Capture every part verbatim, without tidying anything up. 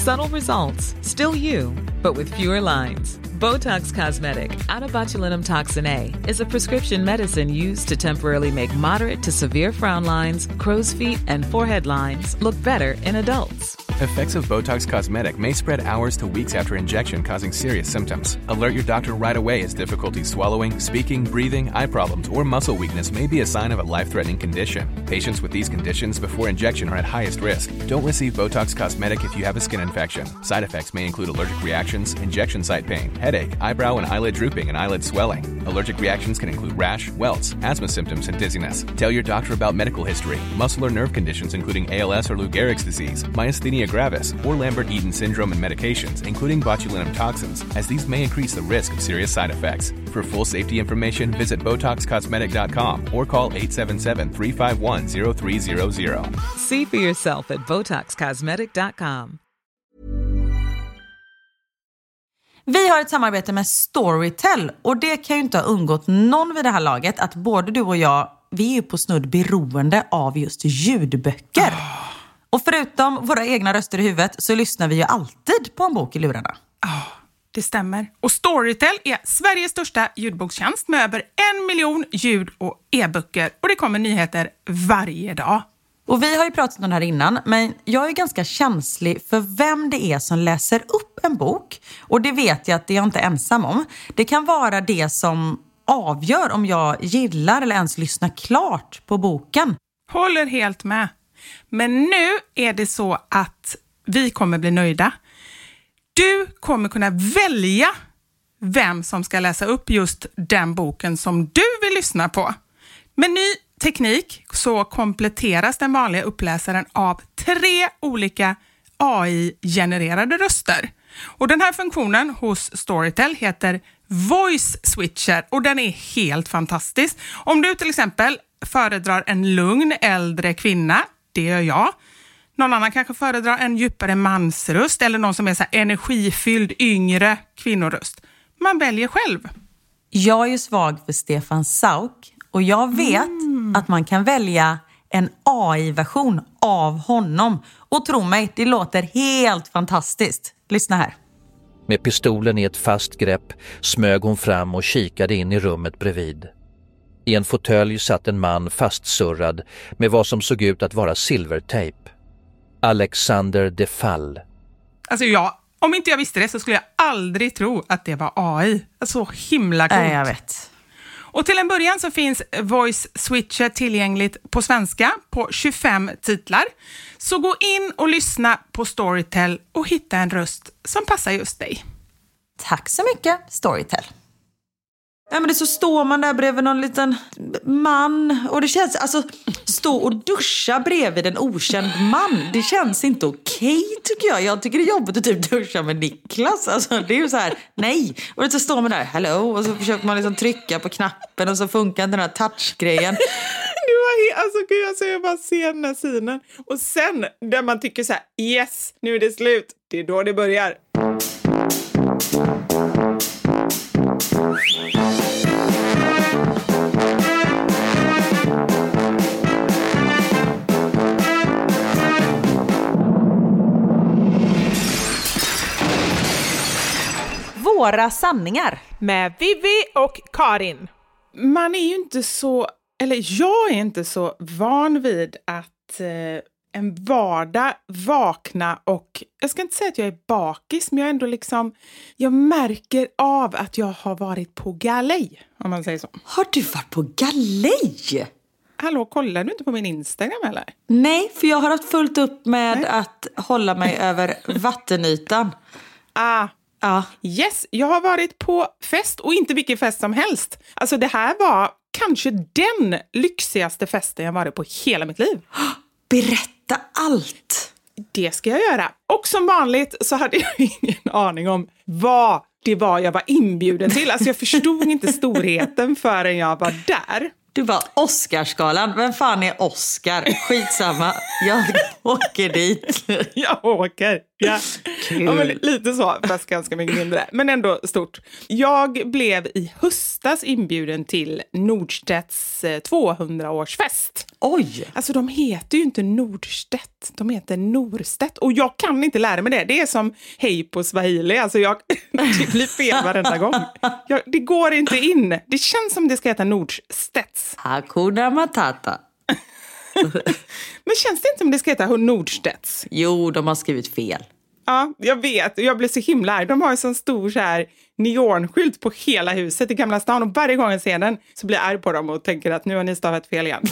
Subtle results, still you, but with fewer lines. Botox Cosmetic, out of botulinum toxin A, is a prescription medicine used to temporarily make moderate to severe frown lines, crow's feet, and forehead lines look better in adults. Effects of Botox Cosmetic may spread hours to weeks after injection, causing serious symptoms. Alert your doctor right away as difficulty swallowing, speaking, breathing, eye problems, or muscle weakness may be a sign of a life-threatening condition. Patients with these conditions before injection are at highest risk. Don't receive Botox Cosmetic if you have a skin infection. Side effects may include allergic reactions, injection site pain, headache, eyebrow and eyelid drooping, and eyelid swelling. Allergic reactions can include rash, welts, asthma symptoms, and dizziness. Tell your doctor about medical history, muscle or nerve conditions including A L S or Lou Gehrig's disease, myasthenia gravis, or Lambert-Eaton syndrome and medications, including botulinum toxins, as these may increase the risk of serious side effects. For full safety information, visit Botox Cosmetic dot com or call eight seven seven, three five one, zero three zero zero. See for yourself at Botox Cosmetic dot com. Vi har ett samarbete med Storytel och det kan ju inte ha undgått någon vid det här laget att både du och jag, vi är ju på snudd beroende av just ljudböcker. Oh. Och förutom våra egna röster i huvudet så lyssnar vi ju alltid på en bok i lurarna. Ja, oh, det stämmer. Och Storytel är Sveriges största ljudbokstjänst med över en miljon ljud- och e-böcker. Och det kommer nyheter varje dag. Och vi har ju pratat om det här innan, men jag är ganska känslig för vem det är som läser upp en bok. Och det vet jag att det är jag inte ensam om. Det kan vara det som avgör om jag gillar eller ens lyssnar klart på boken. Håller helt med. Men nu är det så att vi kommer bli nöjda. Du kommer kunna välja vem som ska läsa upp just den boken som du vill lyssna på. Med ny teknik så kompletteras den vanliga uppläsaren av tre olika A I-genererade röster. Och den här funktionen hos Storytel heter Voice Switcher och den är helt fantastisk. Om du till exempel föredrar en lugn äldre kvinna, det gör jag. Någon annan kanske föredrar en djupare mansröst eller någon som är så här energifylld yngre kvinnoröst. Man väljer själv. Jag är ju svag för Stefan Sauk och jag vet mm. att man kan välja en A I-version av honom. Och tro mig, det låter helt fantastiskt. Lyssna här. Med pistolen i ett fast grepp smög hon fram och kikade in i rummet bredvid. I en fåtölj satt en man fastsurrad med vad som såg ut att vara silvertejp. Alexander de Fall. Alltså ja, om inte jag visste det så skulle jag aldrig tro att det var A I. Så himla coolt. Nej, jag vet. Och till en början så finns Voice Switcher tillgängligt på svenska på tjugofem titlar. Så gå in och lyssna på Storytel och hitta en röst som passar just dig. Tack så mycket, Storytel. Ja, men det så står man där bredvid någon liten man och det känns, alltså stå och duscha bredvid en okänd man, det känns inte okej tycker jag. Jag tycker det är jobbigt att typ duscha med Niklas, alltså det är ju så här, nej. Och så står man där, hello, och så försöker man liksom trycka på knappen och så funkar inte den här touchgrejen. Det var alltså gud, alltså jag bara ser den här synen. Och sen där man tycker så här, yes, nu är det slut, det är då det börjar. Våra sanningar med Vivi och Karin. Man är ju inte så, eller jag är inte så van vid att eh, en vardag vakna och jag ska inte säga att jag är bakis, men jag är ändå liksom, jag märker av att jag har varit på galej, om man säger så. Har du varit på galej? Hallå, kollar du inte på min Instagram eller? Nej, för jag har haft fullt upp med Nej. att hålla mig över vattenytan. Ah, ja. Yes, jag har varit på fest och inte vilken fest som helst. Alltså det här var kanske den lyxigaste festen jag varit på hela mitt liv. Berätta allt! Det ska jag göra. Och som vanligt så hade jag ingen aning om vad det var jag var inbjuden till. Alltså jag förstod inte storheten förrän jag var där. Du var Oscarsgalan. Vem fan är Oscar? Skitsamma. Jag åker dit. Jag åker. Ja. Ja, men lite så, fast ganska mycket mindre. Men ändå stort. Jag blev i höstas inbjuden till Nordstedts tvåhundraårsfest. Oj! Alltså de heter ju inte Nordstedt, de heter Norstedt. Och jag kan inte lära mig det. Det är som hej på swahili. Alltså jag, det blir fel varenda gång. Jag, det går inte in. Det känns som det ska heta Nordstedts. Hakuna Matata. Men känns det inte som det ska heta Nordstedts? Jo, de har skrivit fel. Ja, jag vet. Jag blir så himla arg. De har en sån stor så här neonskylt på hela huset i Gamla stan. Och varje gång jag ser den så blir jag arg på dem och tänker att nu har ni stavat fel igen.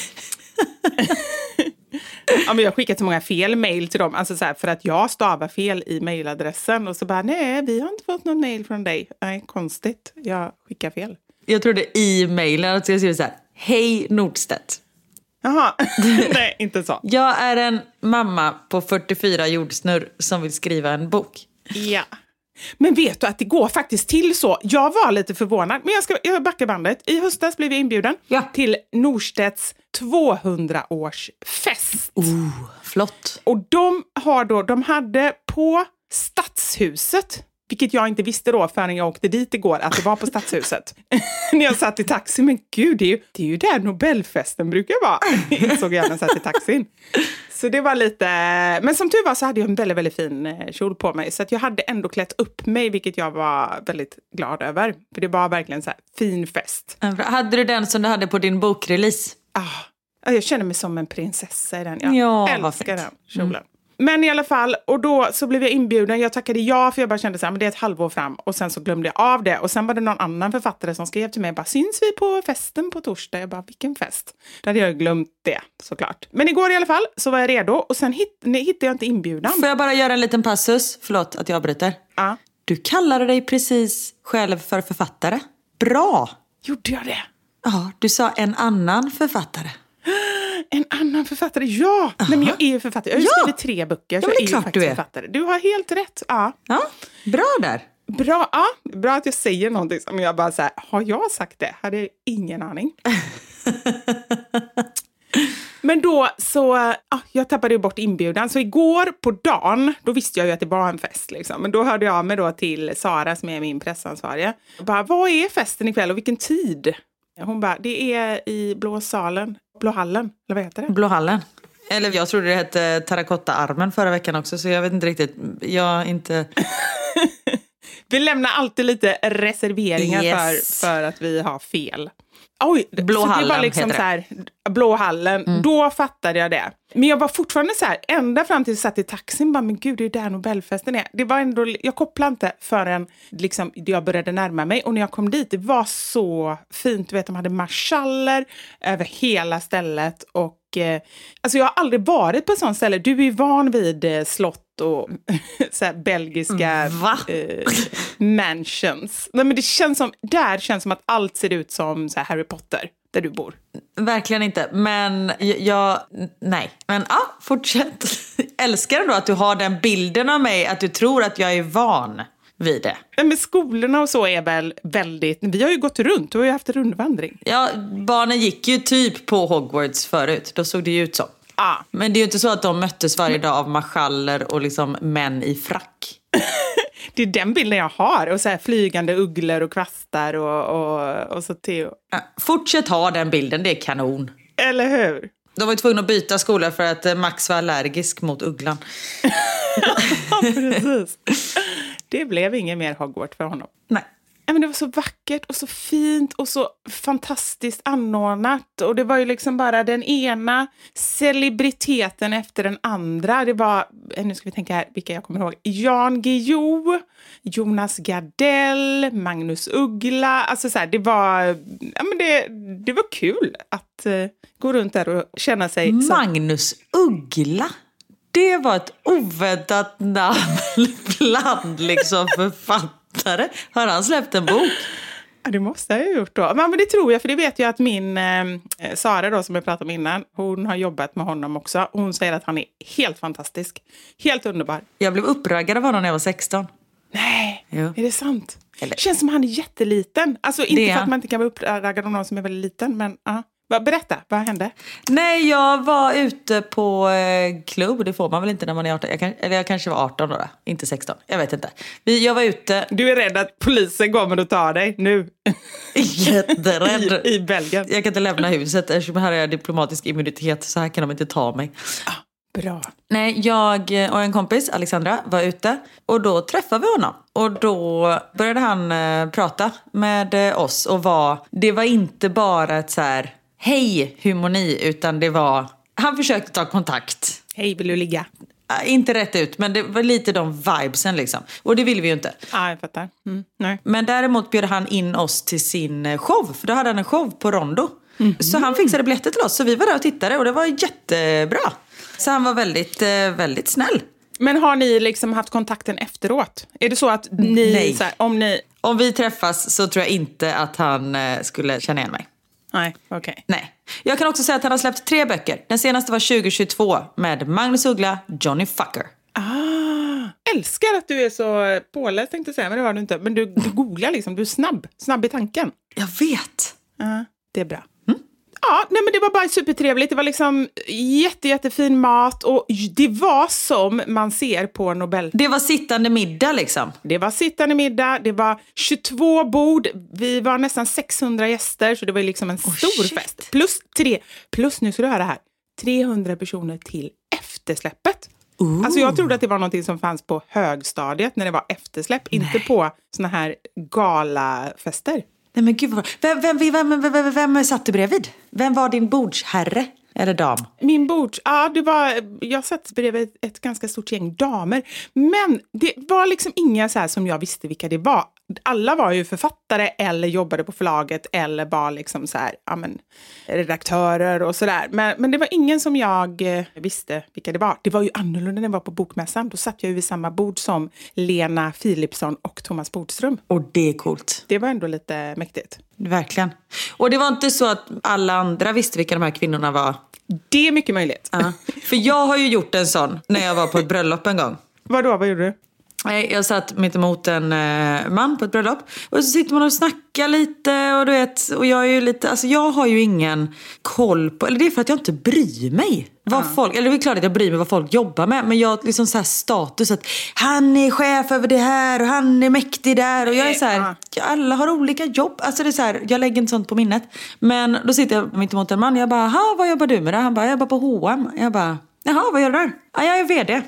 Ja, men jag har skickat så många fel mejl till dem. Alltså så här, för att jag stavar fel i mejladressen. Och så bara, nej, vi har inte fått någon mejl från dig. Nej, konstigt. Jag skickar fel. Jag trodde i mejlen att jag skrev så här, hej Nordstedt. Jaha, nej, inte så. Jag är en mamma på fyrtiofyra jordsnurr som vill skriva en bok. Ja. Men vet du att det går faktiskt till så? Jag var lite förvånad, men jag ska jag backar bandet. I höstas blev jag inbjuden ja. till Nordstedts tvåhundraårsfest. Oh, flott. Och de har då, de hade på Stadshuset, vilket jag inte visste då förrän jag åkte dit igår, att det var på Stadshuset. När jag satt i taxi, men gud, det är ju, det är ju där Nobelfesten brukar vara. Jag såg gärna satt i taxin. Så det var lite, men som tur var så hade jag en väldigt, väldigt fin kjol på mig. Så att jag hade ändå klätt upp mig, vilket jag var väldigt glad över. För det var verkligen så här fin fest. Hade du den som du hade på din bokrelease? Ah, jag känner mig som en prinsessa i den. Jag ja, älskar den kjolen. Mm. Men i alla fall, och då så blev jag inbjuden. Jag tackade ja, för jag bara kände så här, men det är ett halvår fram. Och sen så glömde jag av det. Och sen var det någon annan författare som skrev till mig, bara, syns vi på festen på torsdag? Jag bara, vilken fest? Då hade jag glömt det, såklart. Men igår i alla fall så var jag redo. Och sen hitt, nej, hittade jag inte inbjudan. Får jag bara göra en liten passus? Förlåt att jag bryter. Ja. Du kallade dig precis själv för författare. Bra! Gjorde jag det? Ja, du sa en annan författare. En annan författare, ja! Nej, men jag är ju författare. Jag har ju ja. skrivit tre böcker, så ja, jag är ju klart faktiskt du är. författare. Du har helt rätt, ja. Ja, bra där. Bra, ja. Bra att jag säger någonting som jag bara så här, har jag sagt det? Hade jag ingen aning. Men då så, ja, jag tappade ju bort inbjudan. Så igår på dagen, då visste jag ju att det var en fest liksom. Men då hörde jag mig då till Sara som är min pressansvarige. Jag bara, vad är festen ikväll och vilken tid? Hon bara, det är i Blå salen, Blå hallen, eller vad heter det? Blå hallen. Eller jag trodde det hette Terrakotta-armen förra veckan också, så jag vet inte riktigt. Jag inte... Vi lämnar alltid lite reserveringar yes. för, för att vi har fel. Oj, Blå så hallen det var liksom heter så här, Blå hallen, mm. Då fattade jag det. Men jag var fortfarande så här, ända fram till jag satt i taxin, bara, men gud, det är där Nobelfesten är. Det var ändå, jag kopplade inte förrän liksom, jag började närma mig. Och när jag kom dit, det var så fint. Du vet, de hade marschaller över hela stället. Och eh, alltså jag har aldrig varit på ett sånt ställe. Du är ju van vid eh, slott och så här, belgiska eh, mansions. Nej, men det känns som, där känns som att allt ser ut som så här, Harry Potter, där du bor. Verkligen inte, men jag, nej. Men ja, ah, fortsätt. Älskar ändå att du har den bilden av mig, att du tror att jag är van vid det. Men skolorna och så är väl väldigt, vi har ju gått runt, du har ju haft rundvandring. Ja, barnen gick ju typ på Hogwarts förut, då såg det ju ut så. Ah. Men det är ju inte så att de möttes varje dag av marschaller och liksom män i frack. Det är den bilden jag har. Och så här flygande ugglor och kvastar och, och, och så till. Ja, fortsätt ha den bilden, det är kanon. Eller hur? De var ju tvungna att byta skola för att Max var allergisk mot ugglan. Ja, precis. Det blev ingen mer Hogwarts för honom. Nej. Men det var så vackert och så fint och så fantastiskt anordnat. Och det var ju liksom bara den ena celebriteten efter den andra. Det var, nu ska vi tänka här vilka jag kommer ihåg. Jan Guillou, Jonas Gardell, Magnus Uggla. Alltså så här, det var, ja, men det, det var kul att uh, gå runt där och känna sig... Magnus så... Uggla? Det var ett oväntat namn bland liksom författare. Har han släppt en bok? Ja, det måste jag ha gjort då. Men det tror jag, för det vet jag att min eh, Sara då, som jag pratade om innan, hon har jobbat med honom också. Hon säger att han är helt fantastisk. Helt underbar. Jag blev uppraggad av honom när jag var sexton. Nej, jo. Är det sant? Eller... Det känns som han är jätteliten. Alltså inte för att man inte kan vara uppraggad av någon som är väldigt liten, men ja. Va, berätta, vad hände? Nej, jag var ute på eh, klubb. Det får man väl inte när man är arton. Jag kan, eller jag kanske var arton då, då. Inte sexton. Jag vet inte. Vi, jag var ute. Du är rädd att polisen kommer och tar dig nu. Jätterädd. I, I Belgien. Jag kan inte lämna huset eftersom här har jag diplomatisk immunitet. Så här kan de inte ta mig. Ah, bra. Nej, jag och en kompis, Alexandra, var ute. Och då träffade vi honom. Och då började han eh, prata med eh, oss. Och var, det var inte bara ett så här... Hej, hur mår ni? Utan det var... Han försökte ta kontakt. Hej, vill du ligga? Äh, inte rätt ut, men det var lite de vibesen liksom. Och det ville vi ju inte. Ja, ah, jag fattar. Mm, nej. Men däremot bjöd han in oss till sin show. För då hade han en show på Rondo. Mm. Så han fixade biljetter till oss. Så vi var där och tittade och det var jättebra. Så han var väldigt, väldigt snäll. Men har ni liksom haft kontakten efteråt? Är det så att ni... Nej. Så här, om ni... Om vi träffas så tror jag inte att han skulle känna igen mig. Nej, okej. Okay. Nej. Jag kan också säga att han har släppt tre böcker. Den senaste var tjugo tjugotvå med Magnus Uggla, Johnny Fucker. Ah, älskar att du är så påläst, tänkte jag säga, men det var du inte. Men du, du googlar liksom, du är snabb, snabb i tanken. Jag vet. Ja, uh, det är bra. Mm? Ja, nej men det var bara supertrevligt. Det var liksom jätte, jättefin mat och det var som man ser på Nobel. Det var sittande middag liksom. Det var sittande middag, det var tjugotvå bord, vi var nästan sexhundra gäster så det var liksom en oh, stor shit. fest. Plus tre, plus nu ska du höra här, trehundra personer till eftersläppet. Ooh. Alltså jag trodde att det var någonting som fanns på högstadiet när det var eftersläpp, nej. Inte på såna här galafester. Nej men gud, vem, vem, vem, vem, vem, vem satt du bredvid? Vem var din bordsherre eller dam? Min bords, ja det var, jag satt bredvid ett ganska stort gäng damer. Men det var liksom inga så här som jag visste vilka det var. Alla var ju författare eller jobbade på förlaget eller var liksom så här, ja men, redaktörer och sådär. Men, men det var ingen som jag eh, visste vilka det var. Det var ju annorlunda när jag var på bokmässan. Då satt jag ju vid samma bord som Lena Philipsson och Thomas Bodström. Och det är coolt. Det var ändå lite mäktigt. Verkligen. Och det var inte så att alla andra visste vilka de här kvinnorna var? Det är mycket möjligt. Uh-huh. För jag har ju gjort en sån när jag var på ett bröllop en gång. Vadå, vad gjorde du? Jag satt mitt emot en eh, man på ett bröllop. Och så sitter man och snackar lite. Och du vet, och jag är ju lite, alltså jag har ju ingen koll på, eller det är för att jag inte bryr mig. Vad uh. folk, eller det är klart att jag bryr mig vad folk jobbar med. Men jag har liksom så här status att han är chef över det här och han är mäktig där. Och jag är så här, uh. alla har olika jobb. Alltså det är så här, jag lägger inte sånt på minnet. Men då sitter jag mitt emot en man. Jag bara, ha vad jobbar du med det? Han bara, jag jobbar på H och M. Jag bara, jaha vad gör du där? Ja, jag är vd.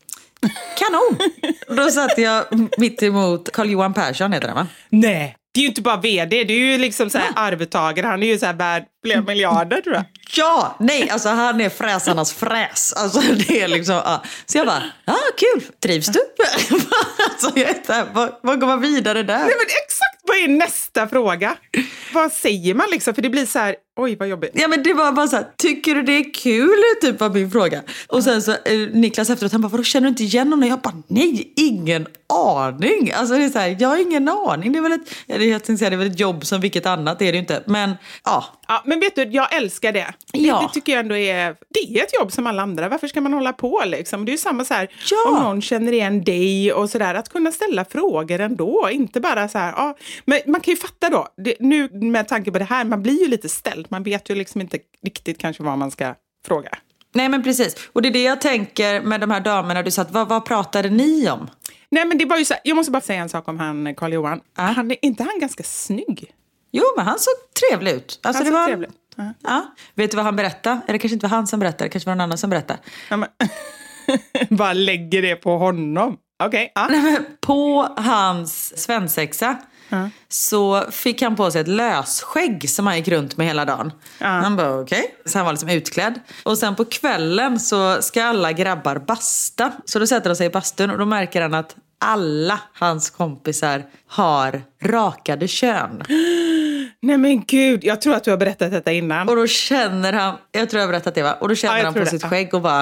Kanon! Då satt jag mitt emot Carl-Johan Persson heter han va? Nej, det är ju inte bara vd, det är ju liksom så här ja. Arvtagare. Han är ju så här värd flera miljarder tror jag. Ja, nej, alltså han är fräsarnas fräs. Alltså det är liksom, ja. Så jag bara, ja ah, kul, trivs du? Alltså jag vet inte, vad, vad går man vidare där? Nej men exakt, vad är nästa fråga? Vad säger man liksom? För det blir så här, oj vad jobbigt. Ja men det var bara så här, tycker du det är kul? Typ var min fråga. Och sen så eh, Niklas efteråt, han bara, vadå känner du inte igen honom? Jag bara, nej, ingen aning. Alltså det är så här, jag har ingen aning. Det är väl ett, jag tänkte säga, det är väl ett jobb som vilket annat, det är det ju inte. Men ja. Ja, men vet du, jag älskar det. Ja. Det, det tycker jag ändå är, det är ett jobb som alla andra. Varför ska man hålla på liksom? Det är ju samma så här, ja. Om någon känner igen dig och sådär, att kunna ställa frågor ändå. Inte bara så här, ja. Men man kan ju fatta då, det, nu med tanke på det här, man blir ju lite ställd. Man vet ju liksom inte riktigt kanske vad man ska fråga. Nej men precis, och det är det jag tänker med de här damerna du sa, att vad, vad pratade ni om? Nej men det var ju så här, jag måste bara säga en sak om han Carl-Johan. Ah. Han är inte han ganska snygg? Jo, men han såg trevlig ut. Alltså, han det såg var... trevlig. Uh-huh. Ja. Vet du vad han berättade? Eller kanske inte var han som berättade, det kanske var någon annan som berättade. Ja, men... bara lägger det på honom. Okej. Okay. Uh. På hans svensexa uh. så fick han på sig ett lösskägg som han gick runt med hela dagen. Uh. Han bara okej. Okay. Så han var liksom utklädd. Och sen på kvällen så ska alla grabbar basta. Så då sätter de sig i bastun och då märker han att alla hans kompisar har rakade kön. Nej men gud, jag tror att du har berättat detta innan. Och då känner han, jag tror jag har berättat det va? Och då känner ja, han på sitt det. skägg och bara,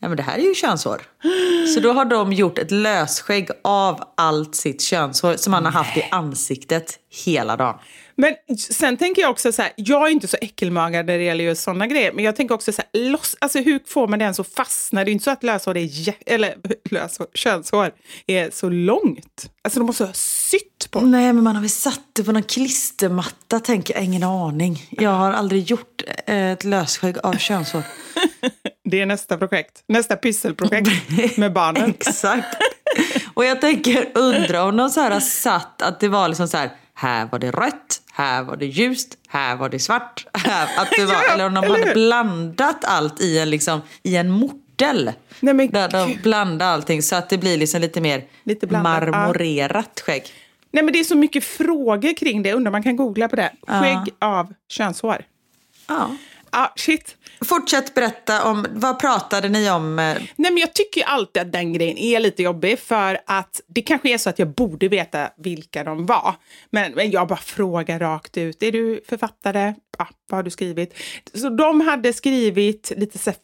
ja men det här är ju könshår. Så då har de gjort ett lösskägg av allt sitt könshår som man har haft i ansiktet hela dagen. Men sen tänker jag också så här, jag är inte så äckelmagad när det gäller just sådana grejer, men jag tänker också så här, loss, alltså hur får man den så fastna? Det är inte så att löshår är, eller löshår, könshår är så långt. Alltså de måste ha sytt på. Nej, men man har väl satt det på någon klistermatta, tänker jag, ingen aning. Jag har aldrig gjort ett lösskägg av könshår. Det är nästa projekt, nästa pysselprojekt med barnen. Exakt. Och jag tänker, undra om de så här har satt att det var liksom så här, här var det rött, här var det ljust, här var det svart. Här, att det var, eller om de hade blandat allt i en, liksom, i en mortel. Nej, men där de blandar allting så att det blir liksom lite mer lite marmorerat skägg. Nej, men det är så mycket frågor kring det. Undrar man kan googla på det. Skägg ja. av könshår. Ja. Ja, shit. Fortsätt berätta om, vad pratade ni om? Nej, men jag tycker ju alltid att den grejen är lite jobbig för att det kanske är så att jag borde veta vilka de var. Men, men jag bara frågar rakt ut. Är du författare? Ja, vad har du skrivit? Så de hade skrivit lite så här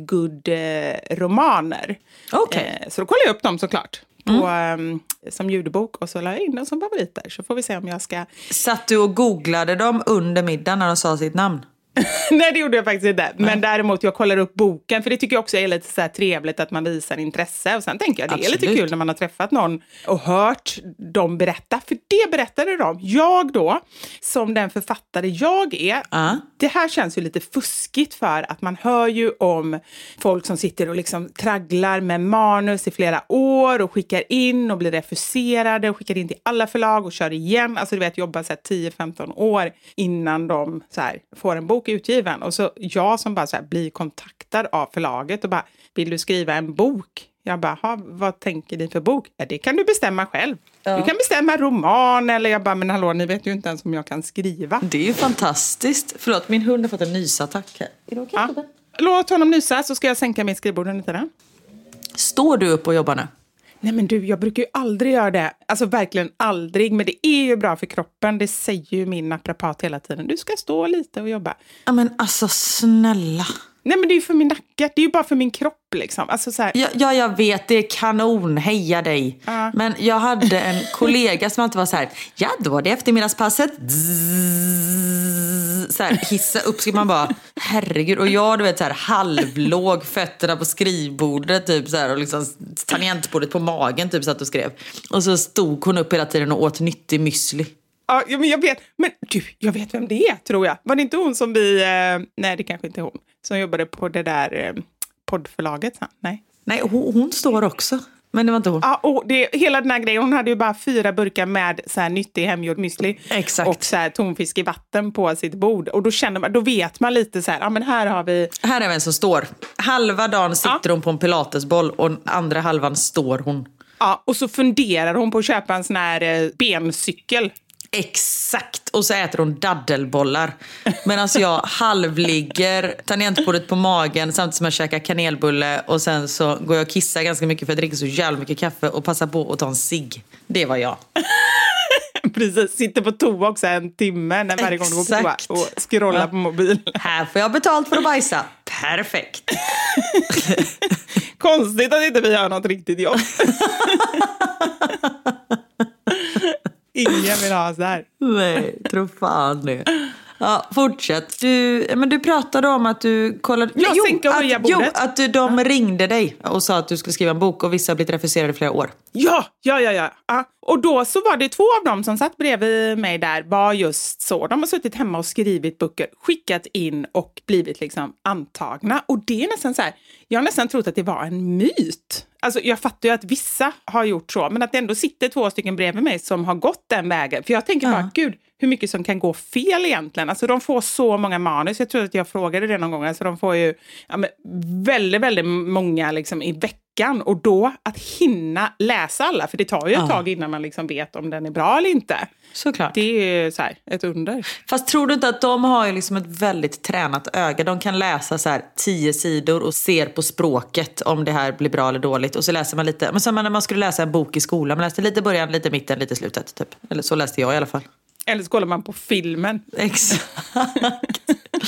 feel-good-romaner. Okej. Eh, så då kollade jag upp dem såklart. På, Mm. um, som ljudbok och så la jag in dem som favoriter. Så får vi se om jag ska... Satt du och googlade dem under middagen när de sa sitt namn? Nej, det gjorde jag faktiskt inte. Men Nej. däremot jag kollar upp boken. För det tycker jag också är lite så här trevligt att man visar intresse. Och sen tänker jag, det Absolut. är lite kul när man har träffat någon och hört dem berätta. För det berättade de. Jag då, som den författare jag är. Uh. Det här känns ju lite fuskigt för att man hör ju om folk som sitter och liksom tragglar med manus i flera år. Och skickar in och blir refuserade. Och skickar in till alla förlag och kör igen. Alltså du vet, jobbar så här tio femton år innan de så här, får en bok utgiven. Och så jag som bara så här blir kontaktad av förlaget och bara, vill du skriva en bok? Jag bara, vad tänker ni för bok? Ja, det kan du bestämma själv. Ja. Du kan bestämma roman eller jag bara, men hallå, ni vet ju inte ens om jag kan skriva. Det är ju fantastiskt. Förlåt, min hund har fått en nysattack här. Är det okej? Ja. Låt honom nysa så ska jag sänka mitt skrivbord under tiden. Står du upp och jobbar nu? Nej men du, jag brukar ju aldrig göra det. Alltså verkligen aldrig. Men det är ju bra för kroppen. Det säger ju min naprapat hela tiden. Du ska stå lite och jobba. Ja men alltså snälla. Nej men det är ju för min nacke. Det är ju bara för min kropp liksom. Alltså, så här. Ja, ja jag vet, det är kanon. Heja dig. Uh. Men jag hade en kollega som alltid var så här. Ja då var det eftermiddagspasset. Zzz, så här, hissa upp ska man bara. Herregud. Och jag du vet så här halvlåg fötterna på skrivbordet typ så här. Och liksom tangentbordet på magen typ satt och skrev. Och så stod hon upp hela tiden och åt nyttig müsli. Ja, men jag vet. Men du, jag vet vem det är, tror jag. Var det inte hon som vi... Eh, nej, det kanske inte är hon. Som jobbade på det där eh, poddförlaget. Så. Nej, nej hon, hon står också. Men det var inte hon. Ja, och det, hela den här grejen. Hon hade ju bara fyra burkar med så här nyttig hemgjord müsli. Exakt. Och så här tonfisk i vatten på sitt bord. Och då känner man, då vet man lite så här, ja men här har vi... Här är vem som står. Halva dagen sitter ja. hon på en pilatesboll och andra halvan står hon. Ja, och så funderar hon på att köpa en sån här eh, bencykel. Exakt, och så äter hon daddelbollar. Medan jag halvligger tangentbordet på magen samtidigt som jag käkar kanelbulle. Och sen så går jag och kissar ganska mycket för jag dricker så jävla mycket kaffe och passar på att ta en cigg. Det var jag. Precis, sitter på toa också en timme när varje gång du går på toa och scrollar ja. på mobilen. Här får jag betalt för att bajsa. Perfekt. Konstigt att inte vi har något riktigt jobb. Ingen vill ha så här. Nej, tror fan det. Ja, fortsätt. Du, men du pratade om att du kollade... Jag jo, sänka och höja bordet. Jo, att du, de ringde dig och sa att du skulle skriva en bok och vissa har blivit refuserade i flera år. Ja, ja, ja, ja, ja. Och då så var det två av dem som satt bredvid mig där var just så. De har suttit hemma och skrivit böcker, skickat in och blivit liksom antagna. Och det är nästan så här, jag har nästan trott att det var en myt. Alltså jag fattar ju att vissa har gjort så, men att det ändå sitter två stycken bredvid mig som har gått den vägen. För jag tänker bara, ja. gud, hur mycket som kan gå fel egentligen. Alltså de får så många manus. Jag tror att jag frågade det någon gång. Alltså de får ju ja, men, väldigt, väldigt många liksom, i veckan. Och då att hinna läsa alla. För det tar ju ett ja. tag innan man liksom vet om den är bra eller inte. Såklart. Det är ju så här, ett under. Fast tror du inte att de har ju liksom ett väldigt tränat öga? De kan läsa så här tio sidor och ser på språket om det här blir bra eller dåligt. Och så läser man lite. Men som när man skulle läsa en bok i skolan. Man läste lite början, lite mitten, lite slutet. Typ. Eller så läste jag i alla fall. Eller så kollar man på filmen. Exakt.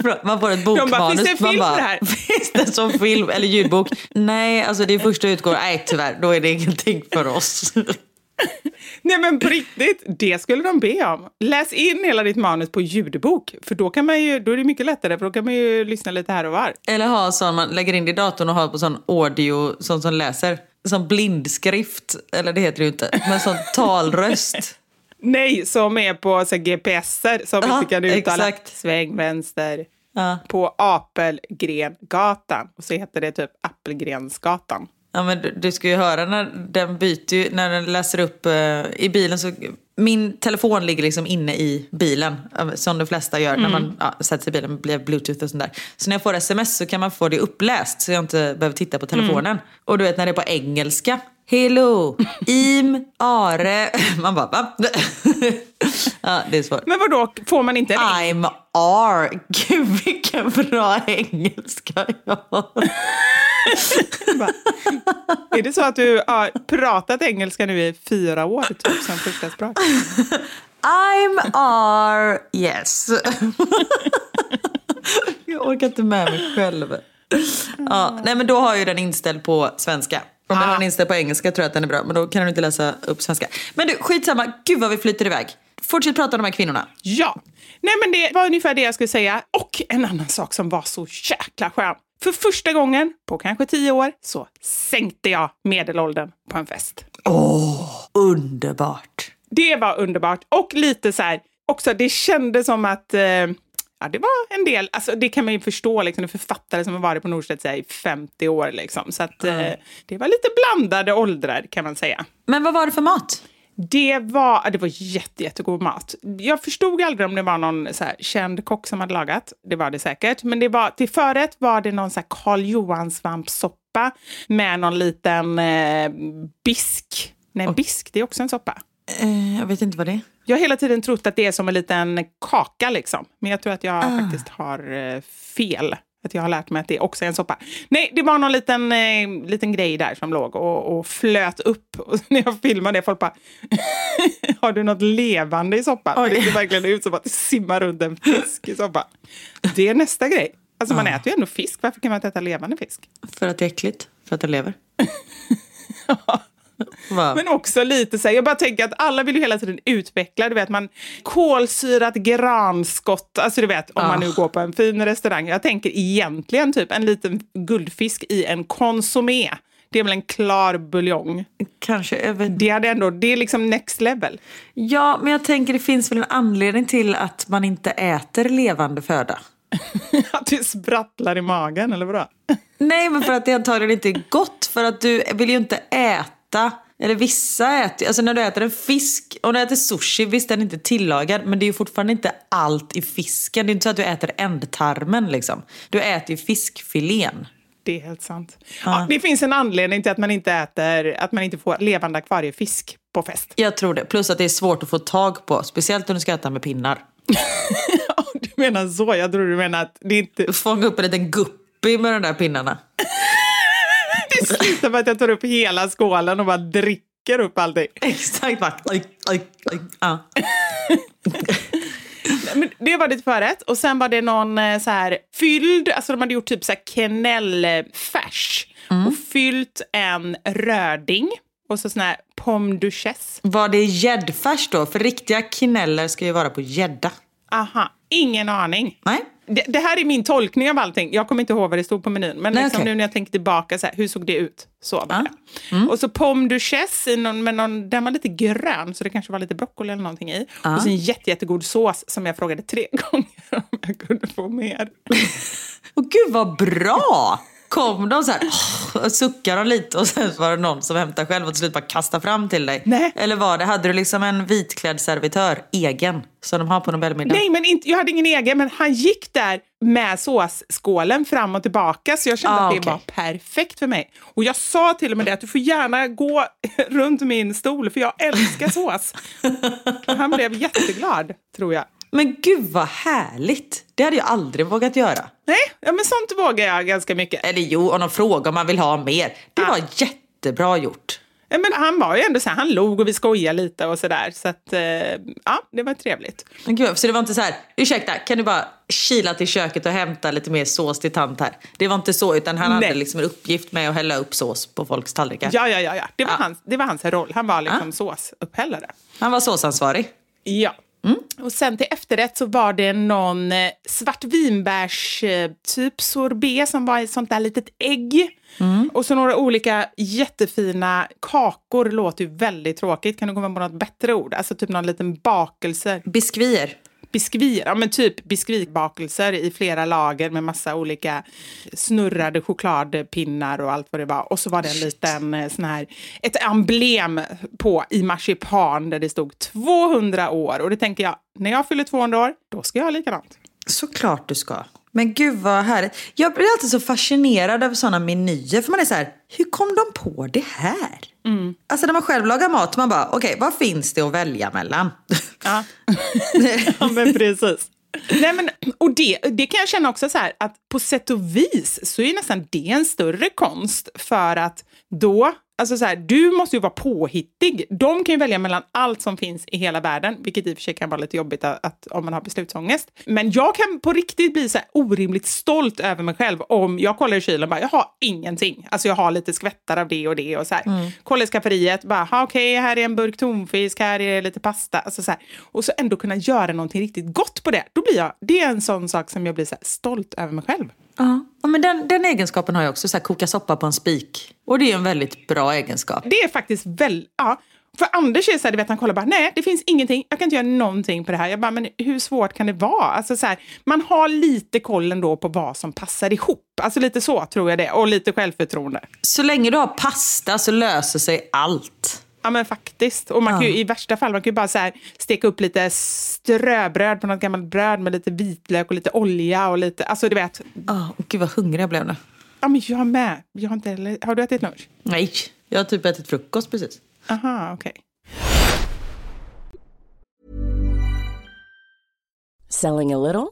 Man får ett bokmanus. bara, finns det en film man bara, för det här? Finns det som film eller ljudbok? Nej, alltså det är första utgåvan. Nej, tyvärr. Då är det ingenting för oss. Nej men på riktigt, det skulle de be om. Läs in hela ditt manus på ljudbok. För då kan man ju, då är det mycket lättare. För då kan man ju lyssna lite här och var. Eller ha sån, man lägger in det i datorn och har på sån audio, sån som läser. Sån blindskrift, eller det heter det ju inte. Men sån talröst. Nej, som är på så, G P S-er som Ja, inte kan uttala. exakt. Sväng vänster. Ja. På Apelgrengatan. Och så heter det typ Appelgrensgatan. Ja, men du, du ska ju höra när den byter ju, när den läser upp uh, i bilen så... Min telefon ligger liksom inne i bilen, som de flesta gör mm. när man ja, sätter sig i bilen, blir bluetooth och sånt där. Så när jag får sms så kan man få det uppläst så jag inte behöver titta på telefonen. Mm. Och du vet när det är på engelska. Hello, im, are. Man bara, va? Ja, det är svårt. Men vadå, får man inte... I'm are. Gud, vilken bra engelska jag har. Är det så att du har pratat engelska nu i fyra år typ som första språk? I'm are, yes. Jag orkar inte med mig själv. Ja, nej, men då har ju den inställd på svenska. Om den är inställd på engelska tror jag att den är bra. Men då kan du inte läsa upp svenska. Men du, skitsamma. Gud vad vi flyter iväg. Fortsätt prata om de här kvinnorna. Ja, nej men det var ungefär det jag skulle säga. Och en annan sak som var så jäkla skön. För första gången på kanske tio år så sänkte jag medelåldern på en fest. Åh, oh, underbart. Det var underbart. Och lite så här, också det kändes som att, eh, ja det var en del, alltså det kan man ju förstå liksom, en författare som har varit på Norstedts i femtio år liksom. Så att mm. eh, det var lite blandade åldrar kan man säga. Men vad var det för mat? Det var, det var jätte, jättegod mat. Jag förstod aldrig om det var någon så här känd kock som hade lagat. Det var det säkert. Men det var, till förrätt var det någon så här Karl Johan svampsoppa med någon liten eh, bisk. Nej, oh. bisk, det är också en soppa. Eh, jag vet inte vad det är. Jag har hela tiden trott att det är som en liten kaka liksom. Men jag tror att jag ah. faktiskt har eh, fel. Att jag har lärt mig att det också är en soppa. Nej, det var någon liten, eh, liten grej där som låg och, och flöt upp. Och när jag filmade det, folk bara... har du något levande i soppan? Det ser verkligen ut som att det simmar runt en fisk i soppan. Det är nästa grej. Alltså man äter ju ändå fisk. Varför kan man inte äta levande fisk? För att det är äckligt. För att det lever. Ja. Wow. Men också lite så här, jag bara tänker att alla vill ju hela tiden utveckla, du vet, man kolsyrat granskott, alltså du vet, om oh. man nu går på en fin restaurang. Jag tänker egentligen typ en liten guldfisk i en konsumé. Det är väl en klar buljong. Kanske över... Det hade ändå, det är liksom next level. Ja, men jag tänker det finns väl en anledning till att man inte äter levande föda. Att det sprattlar i magen, eller vadå? Nej, men för att det antagligen inte är gott. För att du vill ju inte äta, eller vissa äter, alltså när du äter en fisk, och när du äter sushi, visst den är inte tillagad, men det är ju fortfarande inte allt i fisken. Det är inte så att du äter ändtarmen liksom. Du äter ju fiskfilén. Det är helt sant. Ja. Ja, det finns en anledning till att man inte äter, att man inte får levande akvariefisk på fest. Jag tror det. Plus att det är svårt att få tag på, speciellt om du ska äta med pinnar. Du menar så? Jag tror du menar att det inte... Fånga upp en liten guppy med de där pinnarna. Det slutar med att jag tar upp hela skålen och bara dricker upp allting. Exakt. Bara. Aj, aj, aj. Ja. Men det var lite förrätt. Och sen var det någon så här fylld, alltså de hade gjort typ så här quenelle-färs. Mm. Och fyllt en röding. Och så sån här pomme duchesse. Var det gäddfärs då? För riktiga queneller ska ju vara på gädda. Aha, ingen aning. Nej. Det, det här är min tolkning av allting. Jag kommer inte ihåg vad det stod på menyn. Men Nej, liksom okay. nu när jag tänker tillbaka, så här, hur såg det ut? Så var ah. det. Mm. Och så pomme duchesse, i någon, med någon, den var lite grön. Så det kanske var lite broccoli eller någonting i. Ah. Och så en jätte, jättegod sås som jag frågade tre gånger om jag kunde få mer. Åh gud vad bra! Kom de så här, oh, och suckar de lite och sen var det någon som hämtar själv och till slut bara kastar fram till dig. Nej. Eller var det, hade du liksom en vitklädd servitör, egen, som de har på Nobelmiddag? Nej, men inte, jag hade ingen egen, men han gick där med såsskålen fram och tillbaka, så jag kände ah, att det okay. var perfekt för mig. Och jag sa till och med det, att du får gärna gå runt min stol, för jag älskar sås. Han blev jätteglad, tror jag. Men gud vad härligt. Det hade jag aldrig vågat göra. Nej, ja, men sånt vågar jag ganska mycket. Eller jo, om de frågar om man vill ha mer. Det ah. var jättebra gjort. Men han var ju ändå så här, han log och vi skojade lite och sådär. Så att, ja, det var trevligt. Men gud, så det var inte så här, ursäkta, kan du bara kila till köket och hämta lite mer sås till tant här? Det var inte så, utan han Nej. hade liksom en uppgift med att hälla upp sås på folks tallrikar. Ja, ja, ja, ja. Det var, ja. Hans, det var hans roll. Han var liksom ja. såsupphällare. Han var såsansvarig. Ja. Mm. Och sen till efterrätt så var det någon eh, svartvinbärs eh, typ sorbet som var ett sånt där litet ägg. Mm. Och så några olika jättefina kakor. Låter ju väldigt tråkigt. Kan du komma på något bättre ord? Alltså typ någon liten bakelse. Biskvier. Biskvier, ja men typ biskvitbakelser i flera lager med massa olika snurrade chokladpinnar och allt vad det var. Och så var det en liten sån här, ett emblem på i marsipan där det stod tvåhundra år. Och det tänker jag, när jag fyller tvåhundra år, då ska jag ha likadant. Såklart du ska. Men gud vad härligt. Jag blir alltid så fascinerad över sådana menyer. För man är så här, hur kom de på det här? Mm. Alltså när man själv lagar mat, man bara, okej, okay, vad finns det att välja mellan? Ja, ja men precis. Nej, men, och det, det kan jag känna också så här, att på sätt och vis så är nästan det en större konst. För att då, alltså så här, du måste ju vara påhittig. De kan ju välja mellan allt som finns i hela världen, vilket i och för sig kan vara lite jobbigt att, att, om man har beslutsångest. Men jag kan på riktigt bli så här orimligt stolt över mig själv om jag kollar i kylen och bara, jag har ingenting. Alltså jag har lite skvättar av det och det och så här. Mm. Kollar i skafferiet, bara, okej, okay, här är en burk tonfisk, här är lite pasta. Alltså så här. Och så ändå kunna göra någonting riktigt gott på det. Då blir jag, det är en sån sak som jag blir så här stolt över mig själv. Ja, ja men den, den egenskapen har jag också, så här, koka soppa på en spik. Och det är en väldigt bra egenskap. Det är faktiskt väldigt, ja. För Anders är så här, du vet, han kollar bara, nej, det finns ingenting, jag kan inte göra någonting på det här. Jag bara, men hur svårt kan det vara? Alltså så här, man har lite koll ändå på vad som passar ihop. Alltså lite så tror jag det, och lite självförtroende. Så länge du har pasta så löser sig allt. Ja men faktiskt. Och man kan ju, i värsta fall, man kan ju bara så här steka upp lite ströbröd på något gammalt bröd med lite vitlök och lite olja och lite, alltså du vet. Ja, oh, gud vad hungrig jag blev nu. Ja men jag med. Jag har, inte, har du ätit lunch? Nej, jag har typ ätit frukost precis. Aha, okej. Okay. Selling a little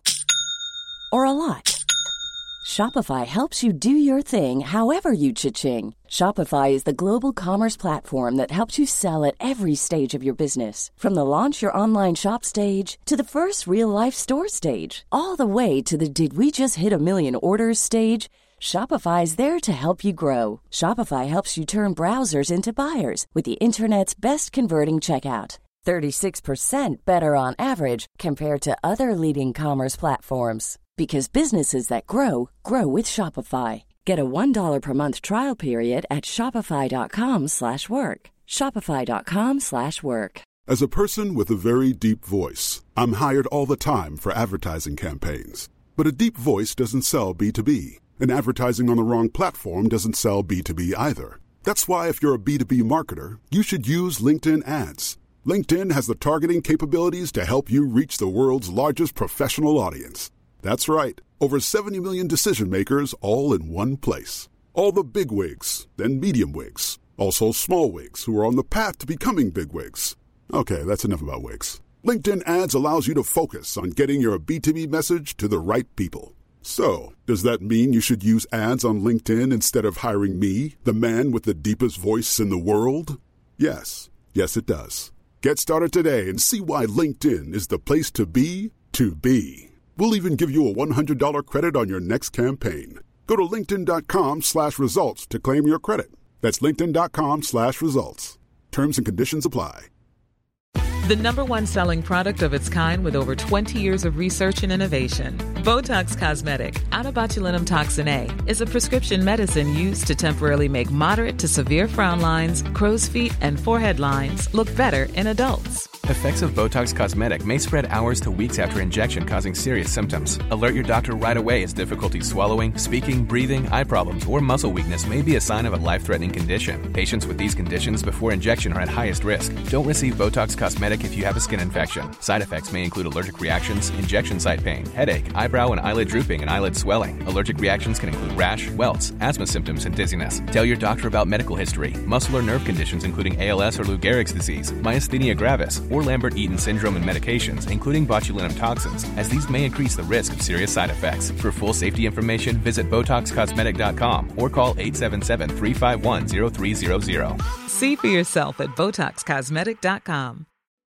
or a lot? Shopify helps you do your thing however you cha-ching. Shopify is the global commerce platform that helps you sell at every stage of your business. From the launch your online shop stage to the first real-life store stage, all the way to the did we just hit a million orders stage. Shopify is there to help you grow. Shopify helps you turn browsers into buyers with the internet's best converting checkout. thirty-six percent better on average compared to other leading commerce platforms. Because businesses that grow, grow with Shopify. Get a one dollar per month trial period at shopify.com slash work. Shopify.com slash work. As a person with a very deep voice, I'm hired all the time for advertising campaigns. But a deep voice doesn't sell B two B. And advertising on the wrong platform doesn't sell B two B either. That's why if you're a B two B marketer, you should use LinkedIn ads. LinkedIn has the targeting capabilities to help you reach the world's largest professional audience. That's right. Over seventy million decision makers all in one place. All the big wigs, then medium wigs. Also small wigs who are on the path to becoming big wigs. Okay, that's enough about wigs. LinkedIn ads allows you to focus on getting your B two B message to the right people. So, does that mean you should use ads on LinkedIn instead of hiring me, the man with the deepest voice in the world? Yes. Yes, it does. Get started today and see why LinkedIn is the place to be to be. We'll even give you a one hundred dollars credit on your next campaign. Go to linkedin.com slash results to claim your credit. That's linkedin.com slash results. Terms and conditions apply. The number one selling product of its kind with over twenty years of research and innovation. Botox Cosmetic, out of botulinum toxin A, is a prescription medicine used to temporarily make moderate to severe frown lines, crow's feet, and forehead lines look better in adults. Effects of Botox Cosmetic may spread hours to weeks after injection, causing serious symptoms. Alert your doctor right away as difficulty swallowing, speaking, breathing, eye problems, or muscle weakness may be a sign of a life-threatening condition. Patients with these conditions before injection are at highest risk. Don't receive Botox Cosmetic if you have a skin infection. Side effects may include allergic reactions, injection site pain, headache, eyebrow and eyelid drooping, and eyelid swelling. Allergic reactions can include rash, welts, asthma symptoms, and dizziness. Tell your doctor about medical history, muscle or nerve conditions including A L S or Lou Gehrig's disease, myasthenia gravis, or or Lambert-Eaton syndrome and medications, including botulinum toxins, as these may increase the risk of serious side effects. For full safety information, visit Botox Cosmetic dot com or call eight seven seven, three five one, zero three zero zero. See for yourself at Botox Cosmetic dot com.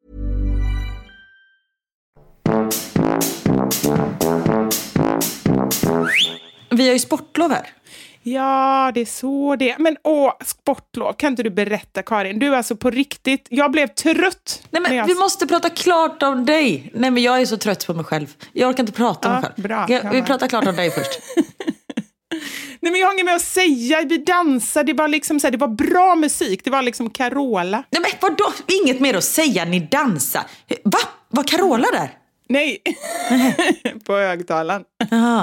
Vi har ju sportlov här. Ja, det är så det. Men åh, sportlov. Kan inte du berätta, Karin? Du är alltså på riktigt. Jag blev trött. Nej, men jag... vi måste prata klart om dig. Nej, men jag är så trött på mig själv. Jag orkar inte prata om ja, mig själv. Bra, jag, vi pratar klart om dig först. Nej, men jag har inget med att säga. Vi dansade. Det var liksom så här, det var bra musik. Det var liksom Carola. Nej, men vadå? Inget mer att säga. Ni dansar. Va? Var Carola där? Nej. På högtalaren. Jaha.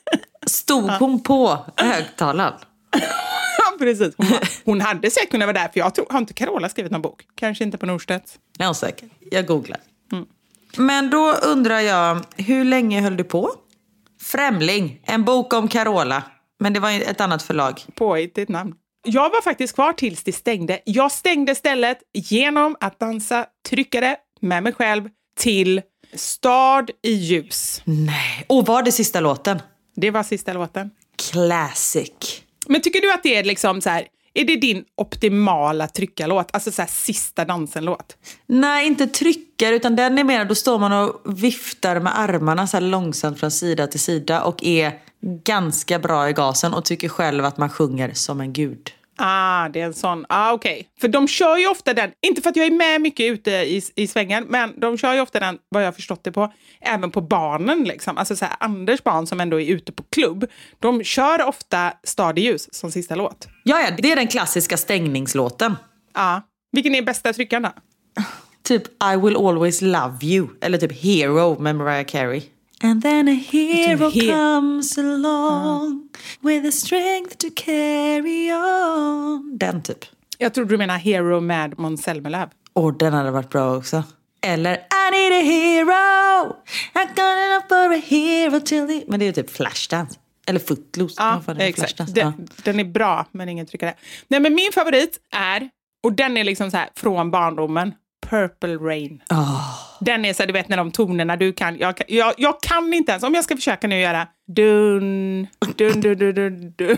Stod hon på högtalaren? Ja, precis. Hon, hon hade säkert kunnat vara där. För jag tror, har inte Carola skrivit någon bok? Kanske inte på Norstedts. Ja, säkert. Jag googlar. Mm. Men då undrar jag, hur länge höll du på? Främling, en bok om Carola. Men det var ett annat förlag. Påhittigt namn. Jag var faktiskt kvar tills det stängde. Jag stängde stället genom att dansa tryckare med mig själv till Stad i ljus. Nej, och var det sista låten? Det var sista låten. Classic. Men tycker du att det är liksom så här, är det din optimala tryckarlåt? Alltså så här sista dansen-låt? Nej, inte tryckare, utan den är mer, då står man och viftar med armarna så här långsamt från sida till sida och är ganska bra i gasen och tycker själv att man sjunger som en gud. Ah, det är en sån. Ah, okej. Okay. För de kör ju ofta den, inte för att jag är med mycket ute i, i svängen, men de kör ju ofta den, vad jag har förstått det på, även på barnen liksom. Alltså så här, Anders barn som ändå är ute på klubb, de kör ofta Stad i ljus som sista låt. Ja, ja, det är den klassiska stängningslåten. Ja. Ah. Vilken är bästa tryckarna? Typ I will always love you, eller typ Hero med Mariah Carey. And then a hero he- comes along uh. with the strength to carry on. Den typ. Jag tror du menar Hero med Måns Zelmerlöw. Och den hade varit bra också. Eller I need a hero. I got enough for a hero till the... Men det är typ Flashdance. Eller Footloose. Ja, exakt. Den, ja. Den är bra, men ingen tryckare. Nej, men min favorit är, och den är liksom så här från barndomen, Purple Rain. Oh. Den är så, du vet, när de tonerna du kan, jag, jag, jag kan inte ens, om jag ska försöka nu göra dun, dun, dun, dun, dun, dun.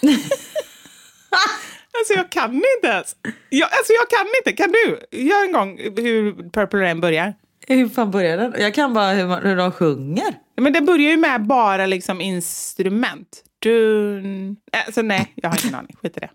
Alltså jag kan inte ens. Jag, alltså jag kan inte, kan du? Gör en gång hur Purple Rain börjar. Hur fan börjar den? Jag kan bara hur, man, hur de sjunger. Men det börjar ju med bara liksom instrument. Dun. Alltså nej, jag har ingen aning, skit i det.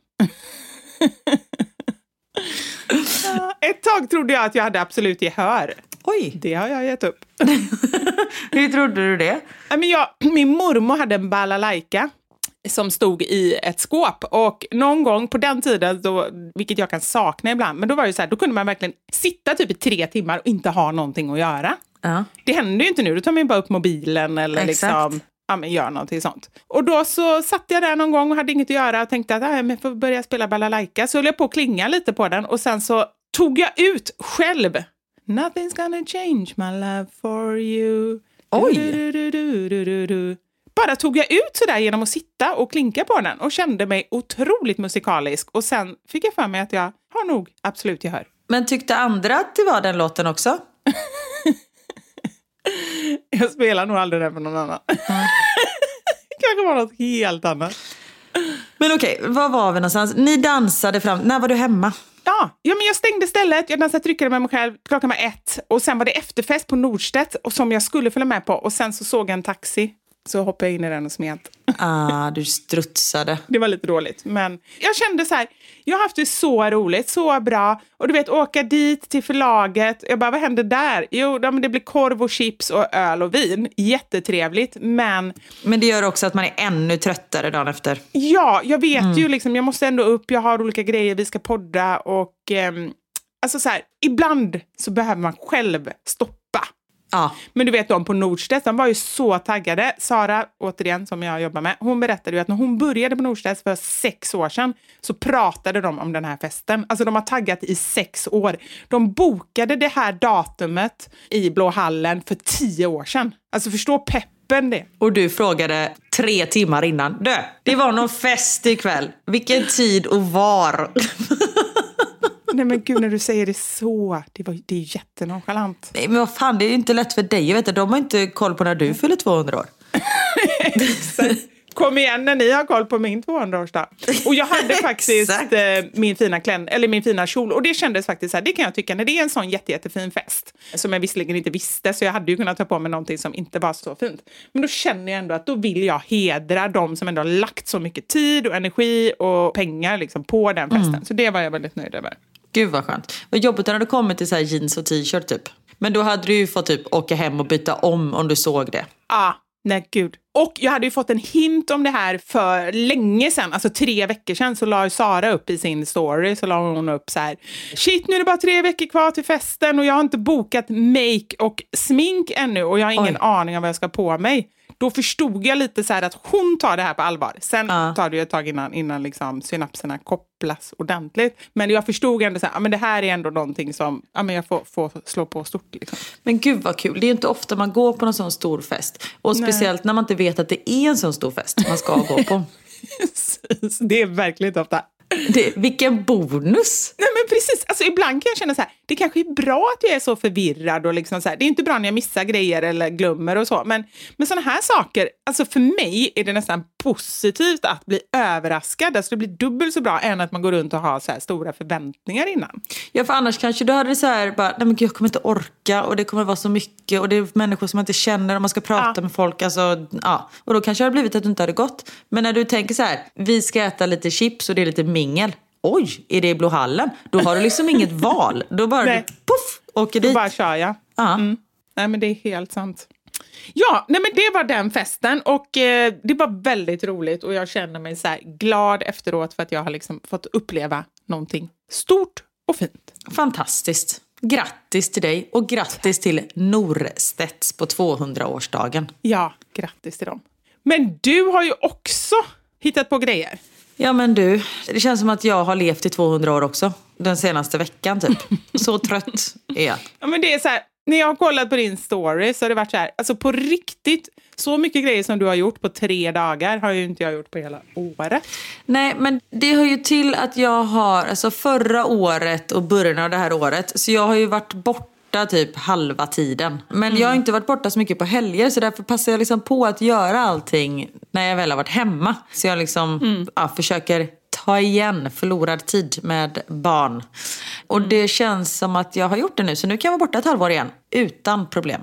Ett tag trodde jag att jag hade absolut gehör. Oj. Det har jag gett upp. Hur trodde du det? Men jag, min mormor hade en balalaika som stod i ett skåp. Och någon gång på den tiden, då, vilket jag kan sakna ibland, men då var det så här, då kunde man verkligen sitta typ i tre timmar och inte ha någonting att göra. Ja. Det händer ju inte nu, då tar man ju bara upp mobilen eller Exakt. liksom... Ja, men gör någonting sånt. Och då så satt jag där någon gång och hade inget att göra och tänkte att äh, jag får börja spela balalaika. Så höll jag på att klinga lite på den och sen så tog jag ut själv. Nothing's gonna change my love for you. Oj! Du, du, du, du, du, du. Bara tog jag ut sådär genom att sitta och klinka på den och kände mig otroligt musikalisk. Och sen fick jag för mig att jag har nog absolut gehör. Men tyckte andra att det var den låten också? Jag spelar nog aldrig den för någon annan. Mm. Det kanske var något helt annat. Men okej, var var vi någonstans? Ni dansade fram. När var du hemma? Ja, ja men jag stängde stället. Jag dansade tryckare med mig själv. Klockan var ett. Och sen var det efterfest på Norstedts. Och som jag skulle följa med på. Och sen så såg jag en taxi. Så hoppade jag in i den och smet. Ah, du strutsade. Det var lite dåligt. Men jag kände så här. Jag har haft det så roligt, så bra. Och du vet, åka dit till förlaget. Jag bara, vad händer där? Jo, ja, men det blir korv och chips och öl och vin. Jättetrevligt, men... Men det gör också att man är ännu tröttare dagen efter. Ja, jag vet mm. ju liksom. Jag måste ändå upp, jag har olika grejer, vi ska podda. Och ehm, alltså så här, ibland så behöver man själv stoppa. Ja. Men du vet, de på Norstedts, de var ju så taggade. Sara, återigen, som jag jobbar med, hon berättade ju att när hon började på Norstedts för sex år sedan så pratade de om den här festen. Alltså de har taggat i sex år. De bokade det här datumet i Blå hallen för tio år sedan. Alltså förstå peppen det. Och du frågade tre timmar innan. Dö, det var någon fest ikväll. Vilken tid och var? Nej men gud, när du säger det så, det, var, det är jättenonchalant. Nej men vad fan, det är ju inte lätt för dig. Jag vet inte, de har inte koll på när du fyller tvåhundra år. Kom igen när ni har koll på min tvåhundraårsdag. Och jag hade faktiskt eh, min fina klän, eller min fina kjol. Och det kändes faktiskt så här, det kan jag tycka, när det är en sån jätte, jättefin fest. Som jag visserligen inte visste, så jag hade ju kunnat ta på mig någonting som inte var så fint. Men då känner jag ändå att då vill jag hedra de som ändå har lagt så mycket tid och energi och pengar liksom, på den festen. Mm. Så det var jag väldigt nöjd över. Gud vad skönt. Vad jobbigt när du kommer till så här jeans och t-shirt typ. Men då hade du ju fått typ åka hem och byta om om du såg det. Ja. Ah. Nej, gud. Och jag hade ju fått en hint om det här för länge sedan. Alltså tre veckor sedan så la Sara upp i sin story. Så la hon upp så här. Shit, nu är det bara tre veckor kvar till festen. Och jag har inte bokat make och smink ännu. Och jag har ingen Oj. aning om vad jag ska på mig. Då förstod jag lite så här att hon tar det här på allvar. Sen uh. tar det ju ett tag innan, innan liksom synapserna kopplas ordentligt. Men jag förstod ändå så här, ja, men det här är ändå någonting som ja, men jag får, får slå på stort. Liksom. Men gud vad kul. Det är ju inte ofta man går på någon sån stor fest. Och speciellt Nej. när man inte vet att det är en sån stor fest man ska gå på. Det är verkligen inte ofta. Det, vilken bonus! Nej men precis, alltså ibland kan jag känna så här, det kanske är bra att jag är så förvirrad och liksom så här, det är inte bra när jag missar grejer eller glömmer och så, men, men sådana här saker, alltså för mig är det nästan positivt att bli överraskad, alltså det blir dubbelt så bra än att man går runt och har så här stora förväntningar innan. Ja, för annars kanske du hade så här, bara, nej men gud, jag kommer inte orka och det kommer vara så mycket och det är människor som man inte känner och man ska prata ja. med folk, alltså, ja. Och då kanske det hade blivit att du inte hade gått. Men när du tänker så här, vi ska äta lite chips och det är lite mingel. Oj, är det i Blå hallen? Då har du liksom inget val. Då bara du, puff, åker dit. Då bara kör jag. Ja. Mm. Nej, men det är helt sant. Ja, nej men det var den festen och eh, det var väldigt roligt och jag känner mig så här glad efteråt för att jag har liksom fått uppleva någonting stort och fint. Fantastiskt. Grattis till dig och grattis till Norstedts på tvåhundraårsdagen. Ja, grattis till dem. Men du har ju också hittat på grejer. Ja men du, det känns som att jag har levt i tvåhundra år också. Den senaste veckan typ. Så trött är jag. Ja men det är så här, när jag har kollat på din story så har det varit så här, alltså på riktigt, så mycket grejer som du har gjort på tre dagar har ju inte jag gjort på hela året. Nej, men det hör ju till att jag har, alltså förra året och början av det här året, så jag har ju varit borta typ halva tiden. Men mm. jag har inte varit borta så mycket på helger, så därför passar jag liksom på att göra allting när jag väl har varit hemma. Så jag liksom mm. ja, försöker ta igen förlorad tid med barn. Och mm. det känns som att jag har gjort det nu, så nu kan jag vara borta ett halvår igen utan problem.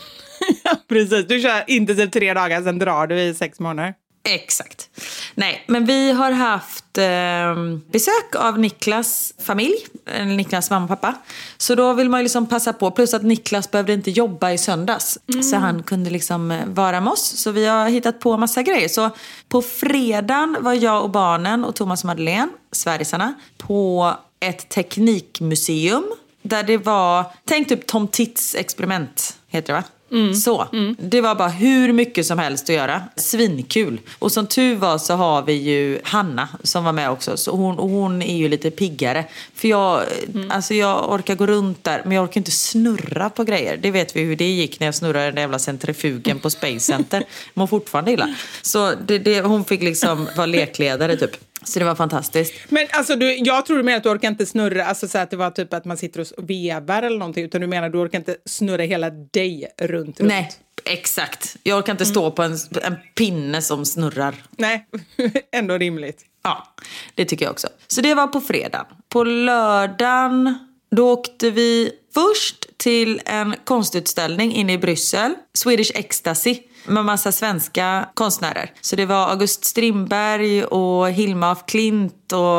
Ja, precis. Du kör intensivt tre dagar, sen drar du i sex månader. Exakt. Nej, men vi har haft eh, besök av Niklas familj, Niklas mamma och pappa. Så då vill man ju liksom passa på, plus att Niklas behövde inte jobba i söndags. Mm. Så han kunde liksom vara med oss. Så vi har hittat på massa grejer. Så på fredagen var jag och barnen och Thomas och Madeleine, Sverigesarna, på ett teknikmuseum. Där det var, tänk typ Tom Tits experiment, heter det va? Mm. Så, mm. det var bara hur mycket som helst att göra. Svinkul. Och som tur var så har vi ju Hanna som var med också. Så hon, och hon är ju lite piggare. För jag, mm. alltså jag orkar gå runt där, men jag orkar inte snurra på grejer. Det vet vi hur det gick när jag snurrade den jävla centrifugen på Space Center. Man fortfarande illa. Så det, det, hon fick liksom vara lekledare typ. Så det var fantastiskt. Men alltså, du, jag tror du menar att du orkar inte snurra, alltså så att det var typ att man sitter och vevar eller någonting, utan du menar att du orkar inte snurra hela dig runt, runt. Nej, exakt. Jag orkar inte stå mm. på en, en pinne som snurrar. Nej, ändå rimligt. Ja, det tycker jag också. Så det var på fredag. På lördagen, då åkte vi först till en konstutställning inne i Bryssel. Swedish Ecstasy. Med massa svenska konstnärer. Så det var August Strindberg och Hilma af Klint och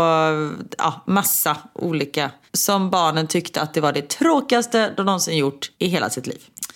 ja, massa olika. Som barnen tyckte att det var det tråkigaste de någonsin gjort i hela sitt liv.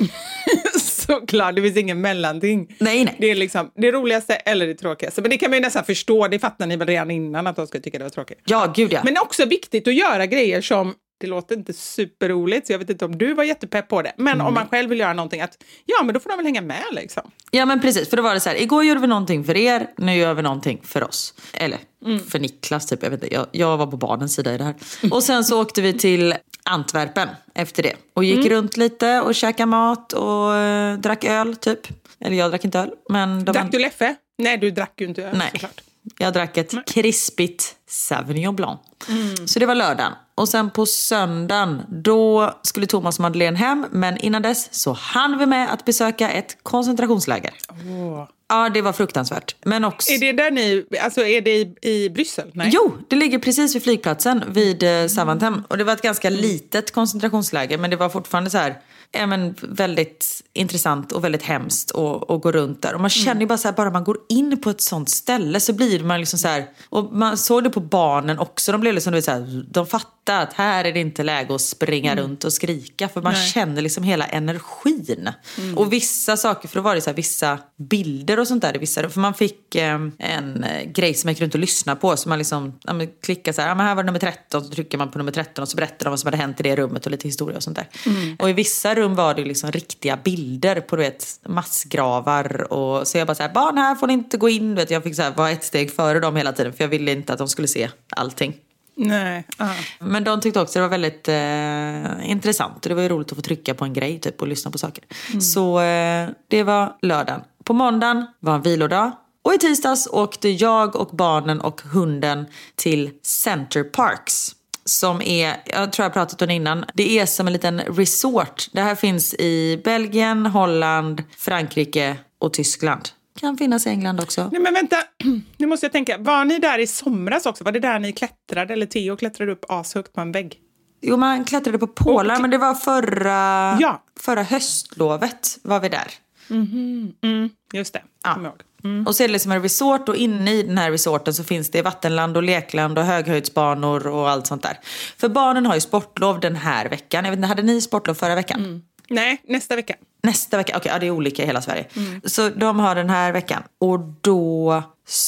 Såklart, det finns ingen mellanting. Nej, nej. Det är liksom det roligaste eller det tråkigaste. Men det kan man ju nästan förstå, det fattar ni väl redan innan att de ska tycka det var tråkigt. Ja, gud ja. Men också viktigt att göra grejer som, det låter inte superroligt, så jag vet inte om du var jättepepp på det. Men mm. om man själv vill göra någonting, att ja, men då får de väl hänga med liksom. Ja, men precis. För då var det så här, igår gjorde vi någonting för er, nu gör vi någonting för oss. Eller mm. för Niklas typ, jag vet inte. Jag, jag var på barnens sida i det här. Och sen så åkte vi till Antwerpen efter det. Och gick mm. runt lite och käkade mat och äh, drack öl typ. Eller jag drack inte öl. Men drack var... du Leffe? Nej, du drack ju inte öl. Nej. Såklart. Jag drack ett Nej. krispigt Sauvignon Blanc. Mm. Så det var lördagen. Och sen på söndagen, då skulle Thomas och Madeleine hem. Men innan dess så hann vi med att besöka ett koncentrationsläger. Åh. Ja, det var fruktansvärt. Men också... Är det där ni, alltså är det i, i Bryssel? Nej. Jo, det ligger precis vid flygplatsen vid eh, Zaventem. Och det var ett ganska litet koncentrationsläger, men det var fortfarande så här, ja, men väldigt intressant och väldigt hemskt att, att gå runt där. Och man känner ju bara så här, bara man går in på ett sånt ställe så blir man liksom så här, och man såg det på barnen också, de blev liksom, du vet, så här, de fattar att här är det inte läge att springa mm. runt och skrika, för man Nej. känner liksom hela energin. Mm. Och vissa saker, för då var det så här, vissa bilder och sånt där, vissa, för man fick eh, en eh, grej som man gick runt och lyssnade på, så man liksom ja, men klickar så här, ja, men här var det nummer tretton, så trycker man på nummer tretton och så berättar de vad som hade hänt i det rummet och lite historia och sånt där. Mm. Och i vissa rum var det liksom riktiga bilder på, du vet, massgravar, och så jag bara så här, barn här får ni inte gå in, du vet, jag fick så här, vara ett steg före dem hela tiden, för jag ville inte att de skulle se allting. Nej. Uh. Men de tyckte också det var väldigt eh, intressant, och det var ju roligt att få trycka på en grej typ och lyssna på saker. Mm. Så eh, det var lördagen. På måndagen var en vilodag. Och i tisdags åkte jag och barnen och hunden till Center Parks. Som är, jag tror jag pratat om det innan, det är som en liten resort. Det här finns i Belgien, Holland, Frankrike och Tyskland. Kan finnas i England också. Nej men vänta, nu måste jag tänka. Var ni där i somras också? Var det där ni klättrade, eller Theo klättrade upp ashögt på en vägg? Jo, man klättrade på pålar, och... men det var förra, ja. förra höstlovet var vi där. Mm-hmm. Mm, just det, ja. Mm. Och så är det liksom en resort, och inne i den här resorten så finns det vattenland och lekland och höghöjdsbanor och allt sånt där. För barnen har ju sportlov den här veckan. Jag vet inte, hade ni sportlov förra veckan? Mm. Nej, nästa vecka. Nästa vecka, okej, okay, ja, det är olika i hela Sverige. Mm. Så de har den här veckan. Och då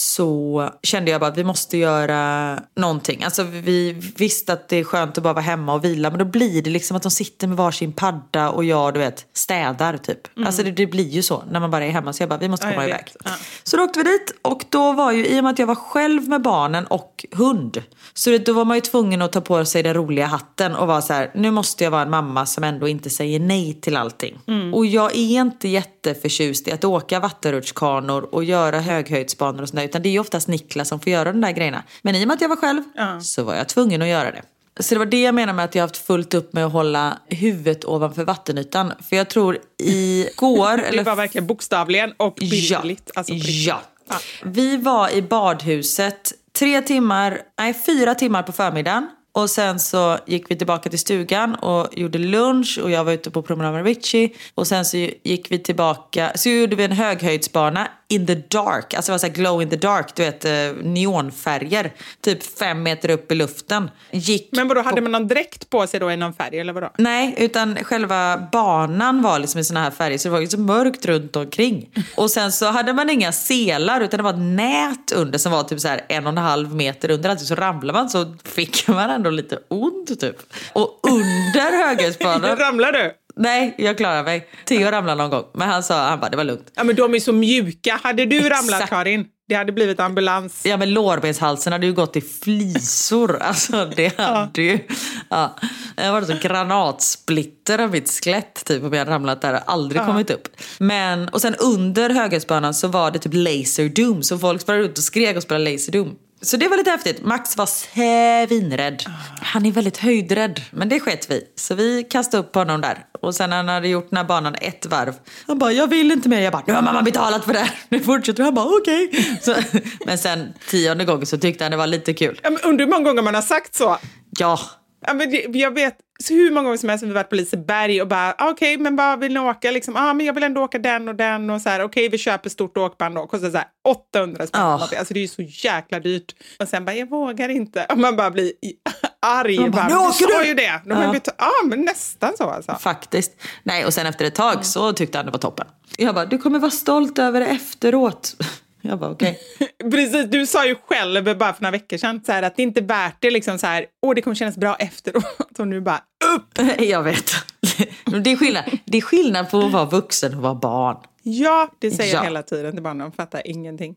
så kände jag bara att vi måste göra någonting. Alltså vi visste att det är skönt att bara vara hemma och vila, men då blir det liksom att de sitter med varsin padda och jag, du vet, städar typ. Mm. Alltså det, det blir ju så när man bara är hemma, så jag bara, vi måste komma ja, iväg. Ja. Så då åkte vi dit, och då var ju, i och med att jag var själv med barnen och hund, så det, då var man ju tvungen att ta på sig den roliga hatten och vara så här, nu måste jag vara en mamma som ändå inte säger nej till allting. Mm. Och jag är inte jätteförtjust i att åka vattenrutschkanor och göra höghöjdsbanor och sånt där, utan det är ju oftast Niklas som får göra de där grejerna. Men i och med att jag var själv ja. så var jag tvungen att göra det. Så det var det jag menar med att jag har haft fullt upp med att hålla huvudet ovanför vattenytan. För jag tror igår... Det var verkligen bokstavligen och bildligt. Ja, alltså ja. ja. Vi var i badhuset tre timmar, nej fyra timmar på förmiddagen. Och sen så gick vi tillbaka till stugan och gjorde lunch, och jag var ute på promenad med Richie. Och sen så gick vi tillbaka, så gjorde vi en höghöjdsbana in the dark. Alltså det var så här glow in the dark, du vet, neonfärger. Typ fem meter upp i luften. Gick Men vadå, hade på... man någon dräkt på sig då i någon färg eller vadå? Nej, utan själva banan var liksom i såna här färger, så det var ju så mörkt runt omkring. Och sen så hade man inga selar, utan det var ett nät under som var typ så här en och en halv meter under. Alltså så ramlade man, så fick man ändå lite ont typ. Och under höghöjdsbanan... Ramlade du? Nej, jag klarar mig. Theo ramlade någon gång. Men han sa, han bara, det var lugnt. Ja, men de är så mjuka. Hade du ramlat, Karin? Det hade blivit ambulans. Ja, men lårbenshalsen hade ju gått i flisor. Alltså, det hade ju... Ja. Det var så granatsplitter av mitt skelett, typ, om jag hade ramlat där och aldrig ja. kommit upp. Men, och sen under höghöjdsbanan så var det typ laser doom. Så folk sprang ut och skrek och spelade laser doom. Så det var lite häftigt. Max var svinrädd. Han är väldigt höjdrädd. Men det skett vi. Så vi kastade upp på honom där. Och sen när han hade gjort den här banan ett varv. Han bara, jag vill inte mer. Jag bara, nu har mamma betalat för det här. Nu fortsätter han bara, okej. Okay. Men sen tionde gången så tyckte han det var lite kul. Ja, men undrar hur många gånger man har sagt så. Ja. Ja, men det, jag vet så hur många gånger som helst har vi varit på Liseberg och bara, okej, okay, men vad vill ni åka? Liksom, ah, men jag vill ändå åka den och den och så här, okej, okay, vi köper stort åkband då. Kostar så här åttahundra spänn. Oh. Alltså det är ju så jäkla dyrt. Och sen bara, jag vågar inte. Och man bara blir arg. Man bara, bara, du sa ju det. De ja. Bytt, ah, men nästan så alltså. Faktiskt. Nej, och sen efter ett tag så tyckte han det var toppen. Jag bara, du kommer vara stolt över det efteråt. Jag bara, okej. Okay. Precis, du sa ju själv bara för några veckor sedan så här, att det inte är värt det liksom så här, åh det kommer kännas bra efteråt. Och nu bara, upp! Jag vet. Det är skillnad. Det är skillnad på att vara vuxen och vara barn. Ja, det säger jag ja. hela tiden till barnen. De fattar ingenting.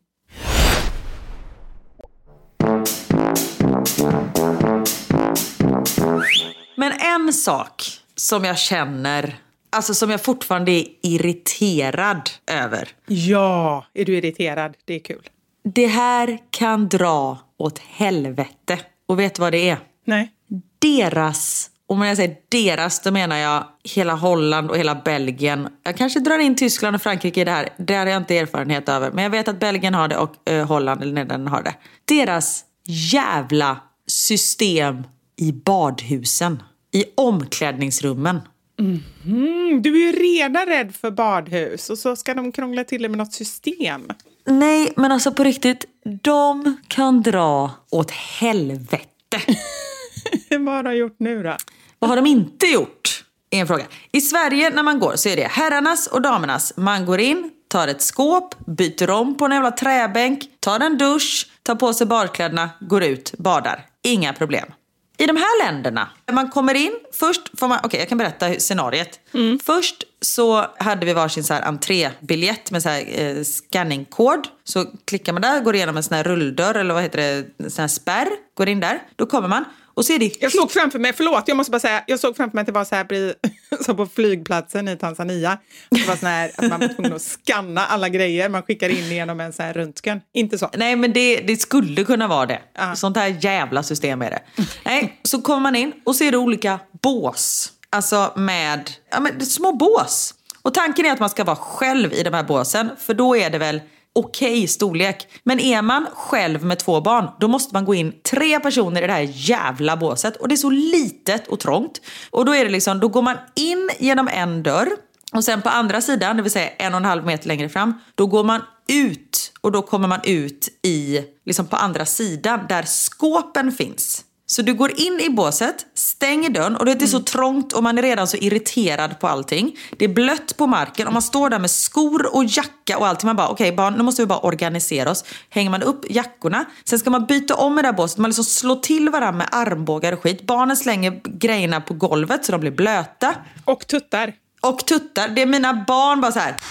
Men en sak som jag känner... Alltså som jag fortfarande är irriterad över. Ja, är du irriterad? Det är kul. Det här kan dra åt helvete. Och vet du vad det är? Nej. deras, och när jag säger deras, då menar jag hela Holland och hela Belgien. Jag kanske drar in Tyskland och Frankrike i det här. Det har jag inte erfarenhet över. Men jag vet att Belgien har det och eh, Holland eller Nederländerna har det. Deras jävla system i badhusen. I omklädningsrummen. Mm, du är ju redan rädd för badhus och så ska de krångla till det med något system. Nej, men alltså på riktigt, de kan dra åt helvete. Vad har de gjort nu då? Vad har de inte gjort? En fråga. I Sverige när man går så är det herrarnas och damernas. Man går in, tar ett skåp, byter om på en jävla träbänk, tar en dusch, tar på sig badkläderna, går ut, badar. Inga problem. I de här länderna, när man kommer in, först får man, okej okay, jag kan berätta scenariet. Mm. Först så hade vi varsin så här entrébiljett med så här eh, scanningkod. Så klickar man där, går igenom en sån här rulldörr eller vad heter det, en sån här spärr. Går in där, då kommer man. Och så är det... Jag såg framför mig, förlåt, jag måste bara säga, jag såg framför mig att det var så här så på flygplatsen i Tanzania. Det var så här att man var tvungen att scanna alla grejer. Man skickar in genom en så här röntgen. Inte så. Nej, men det, det skulle kunna vara det. Uh. Sånt här jävla system är det. Nej, så kommer man in och ser det olika bås. Alltså med, ja, med små bås. Och tanken är att man ska vara själv i de här båsen. För då är det väl okej storlek. Men är man själv med två barn, då måste man gå in tre personer i det här jävla båset. Och det är så litet och trångt. Och då är det liksom, då går man in genom en dörr. Och sen på andra sidan, det vill säga en och en halv meter längre fram, då går man ut. Och då kommer man ut i, liksom på andra sidan, där skåpen finns. Så du går in i båset, stänger dörren och det är så trångt och man är redan så irriterad på allting. Det är blött på marken och man står där med skor och jacka och allt. Man bara, okej okay, barn, nu måste vi bara organisera oss. Hänger man upp jackorna, sen ska man byta om i det här båset. Man liksom slår till varandra med armbågar och skit. Barnen slänger grejerna på golvet så de blir blöta. Och tuttar. Och tuttar, det är mina barn bara så här.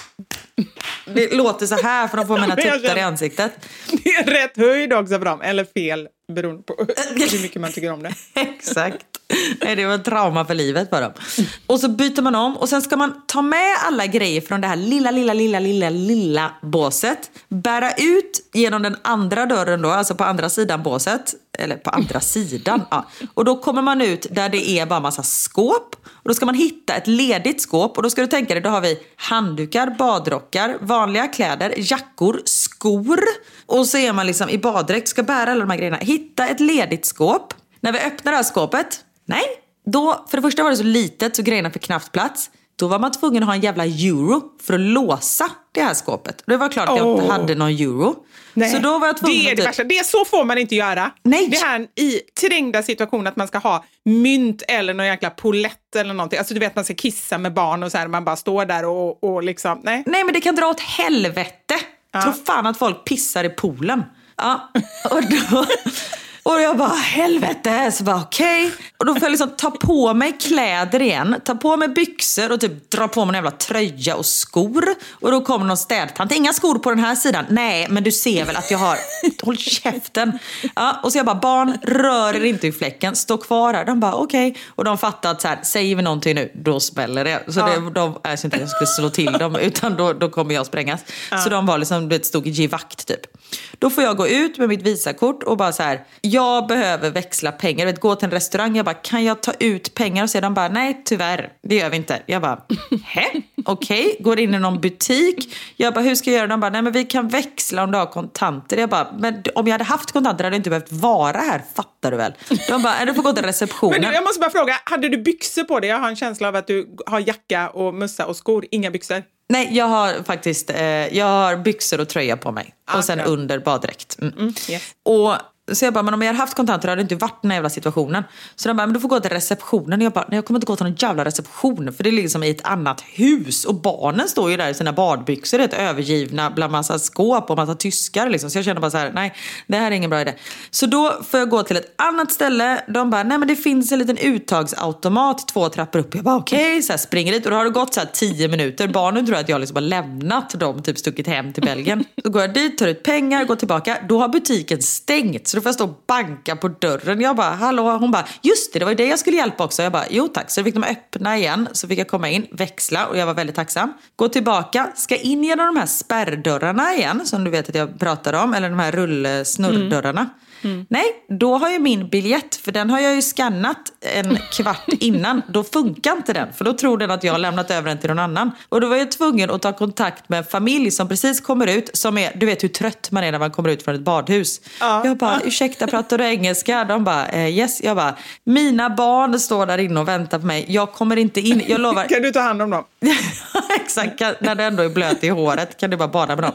Det låter så här för de får mina tuttar i ansiktet. Det är rätt höjd också för dem, eller fel, beroende på hur mycket man tycker om det. Exakt. Nej, det var ett trauma för livet för dem. Och så byter man om och sen ska man ta med alla grejer från det här lilla, lilla, lilla, lilla, lilla båset. Bära ut genom den andra dörren då, alltså på andra sidan båset. Eller på andra sidan. Ja. Och då kommer man ut där det är bara massa skåp. Och då ska man hitta ett ledigt skåp. Och då ska du tänka dig, då har vi handdukar, badrockar, vanliga kläder, jackor, skor. Och så är man liksom i baddräkt, ska bära alla de här grejerna. Hitta ett ledigt skåp. När vi öppnar det här skåpet, nej. Då, för det första var det så litet så grejerna fick knappt plats. Då var man tvungen att ha en jävla euro för att låsa det här skåpet. Det var klart att jag oh. inte hade någon euro. Nej. Så då var jag tvungen det är det att... värsta. Det är så får man inte göra. Nej. Det här i trängda situation att man ska ha mynt eller någon jäkla polett eller någonting. Alltså du vet man ska kissa med barn och så här. Man bara står där och, och liksom, nej. Nej men det kan dra åt helvete. Ja. Tror fan att folk pissar i poolen. Ja, och då... Och jag bara, helvete, så bara okej. Okay. Och då får jag liksom ta på mig kläder igen. Ta på mig byxor och typ dra på mig en jävla tröja och skor. Och då kommer någon städtant. Inga skor på den här sidan. Nej, men du ser väl att jag har... Håll käften. Ja, och så jag bara, barn, rör er inte i fläcken. Stå kvar här. De bara, okej. Okay. Och de fattar att så här, säger vi någonting nu, då smäller det. Så ja. det, de, jag inte jag skulle slå till dem, utan då, då kommer jag sprängas. Ja. Så de var liksom, det stod i vakt typ. Då får jag gå ut med mitt visakort och bara så här... Jag behöver växla pengar. Jag vet, gå till en restaurang. Jag bara, kan jag ta ut pengar? Och sedan bara, nej tyvärr, det gör vi inte. Jag bara, hä? Okej. Okay. Går in i någon butik. Jag bara, hur ska jag göra? De bara, nej men vi kan växla om du har kontanter. Jag bara, men om jag hade haft kontanter hade jag inte behövt vara här. Fattar du väl? De bara, du får gå till receptionen. Men du, jag måste bara fråga, hade du byxor på dig? Jag har en känsla av att du har jacka och mössa och skor. Inga byxor. Nej, jag har faktiskt eh, jag har byxor och tröja på mig. Ah, och sen bra. Under baddräkt. Mm. Mm, yes. Och så jag bara, men om jag hade haft kontanter hade det inte varit den här jävla situationen. Så de bara, men du får gå till receptionen. Och jag bara, nej jag kommer inte gå till någon jävla reception. För det är liksom i ett annat hus. Och barnen står ju där i sina badbyxor. Ett övergivna bland massa skåp och massa tyskar liksom. Så jag känner bara så här, nej det här är ingen bra idé. Så då får jag gå till ett annat ställe. De bara, nej men det finns en liten uttagsautomat två trappor upp. Jag bara, okej, okay. Så här springer dit. Och då har det gått så här tio minuter. Barnen tror att jag liksom har lämnat dem, typ stuckit hem till Belgien. Så går jag dit, tar ut pengar, går tillbaka. Då har butiken stängt. Så då får jag stå och banka på dörren. Jag bara, hallå? Hon bara, just det, det var det jag skulle hjälpa också. Jag bara, jo tack. Så fick de öppna igen. Så fick jag komma in, växla och jag var väldigt tacksam. Gå tillbaka, ska in genom de här spärrdörrarna igen. Som du vet att jag pratade om. Eller de här rullsnurrdörrarna. Mm. Mm. Nej, då har ju min biljett, för den har jag ju skannat en kvart innan. Då funkar inte den, för då tror den att jag har lämnat över den till någon annan. Och då var jag tvungen att ta kontakt med en familj som precis kommer ut, som är, du vet hur trött man är när man kommer ut från ett badhus. Ja. Jag bara, ursäkta, pratar du engelska? De bara, eh, yes. Jag bara, mina barn står där inne och väntar på mig. Jag kommer inte in, jag lovar. Kan du ta hand om dem? Exakt, när det ändå är blöt i håret kan du bara bada med dem.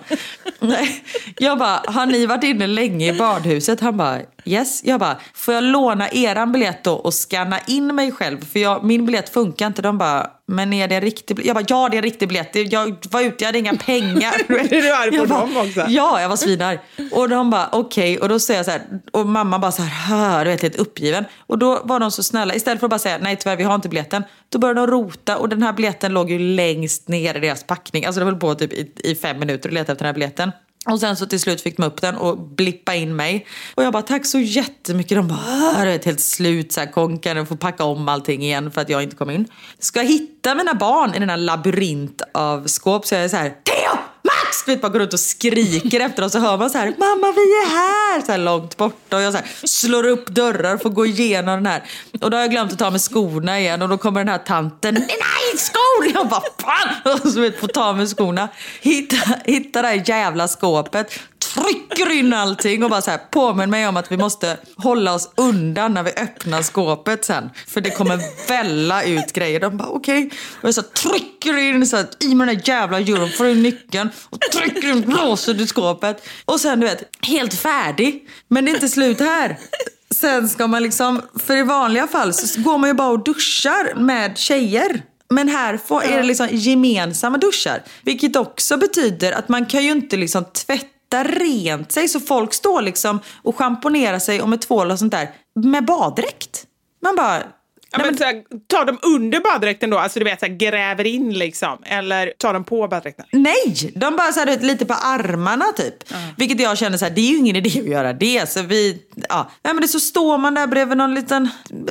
Jag bara, har ni varit inne länge i badhuset? Han bara, yes. Jag bara, får jag låna eran biljett då och scanna in mig själv? För jag, min biljett funkar inte. De bara, men är det en riktig biljett? Jag bara, ja det är en riktig biljett. Jag var ute, jag hade inga pengar. Är du arg på dem också? Ja, jag var svinar. Och de bara, okej. Okay. Och då säger jag så här, och mamma bara så här, du vet, lite uppgiven. Och då var de så snälla, istället för att bara säga, nej tyvärr, vi har inte biljetten. Då började de rota, och den här biljetten låg ju längst ner i deras packning. Alltså det höll på typ i, i fem minuter att leta efter den här biljetten. Och sen så till slut fick de upp den och blippa in mig. Och jag bara, tack så jättemycket. De bara, det är helt slut så här, konkan, och får packa om allting igen för att jag inte kom in. Ska jag hitta mina barn i den här labyrint av skåp, så jag är så här, Theo! Max! Vet, bara går runt och skriker efter dem, så hör man så här, mamma vi är här, så här långt borta. Och jag så här, slår upp dörrar för att gå igenom den här. Och då har jag glömt att ta med skorna igen, och då kommer den här tanten, nej skor! Jag bara, fan! Och så vet, får ta med skorna, hitta, hitta det här jävla skåpet, trycker in allting och bara så här påminner mig om att vi måste hålla oss undan när vi öppnar skåpet sen, för det kommer välla ut grejer. De bara okej, okay. Och jag så trycker in så här, i med den där jävla euron, får in nyckeln och trycker in blåser i skåpet, och sen du vet, helt färdig. Men det är inte slut här. Sen ska man liksom, för i vanliga fall så går man ju bara och duschar med tjejer. Men här får, är det liksom gemensamma duschar, vilket också betyder att man kan ju inte liksom tvätta rent sig, så folk står liksom och schamponerar sig och med tvål och sånt där med baddräkt. Man bara, ja, men, men så här, tar de under baddräkten då? Alltså du vet, så här, gräver in liksom? Eller tar de på baddräkten? Nej, de bara så här, lite på armarna typ. Mm. Vilket jag känner så här, det är ju ingen idé att göra det. Så vi, ja. Nej, men det så står man där bredvid någon liten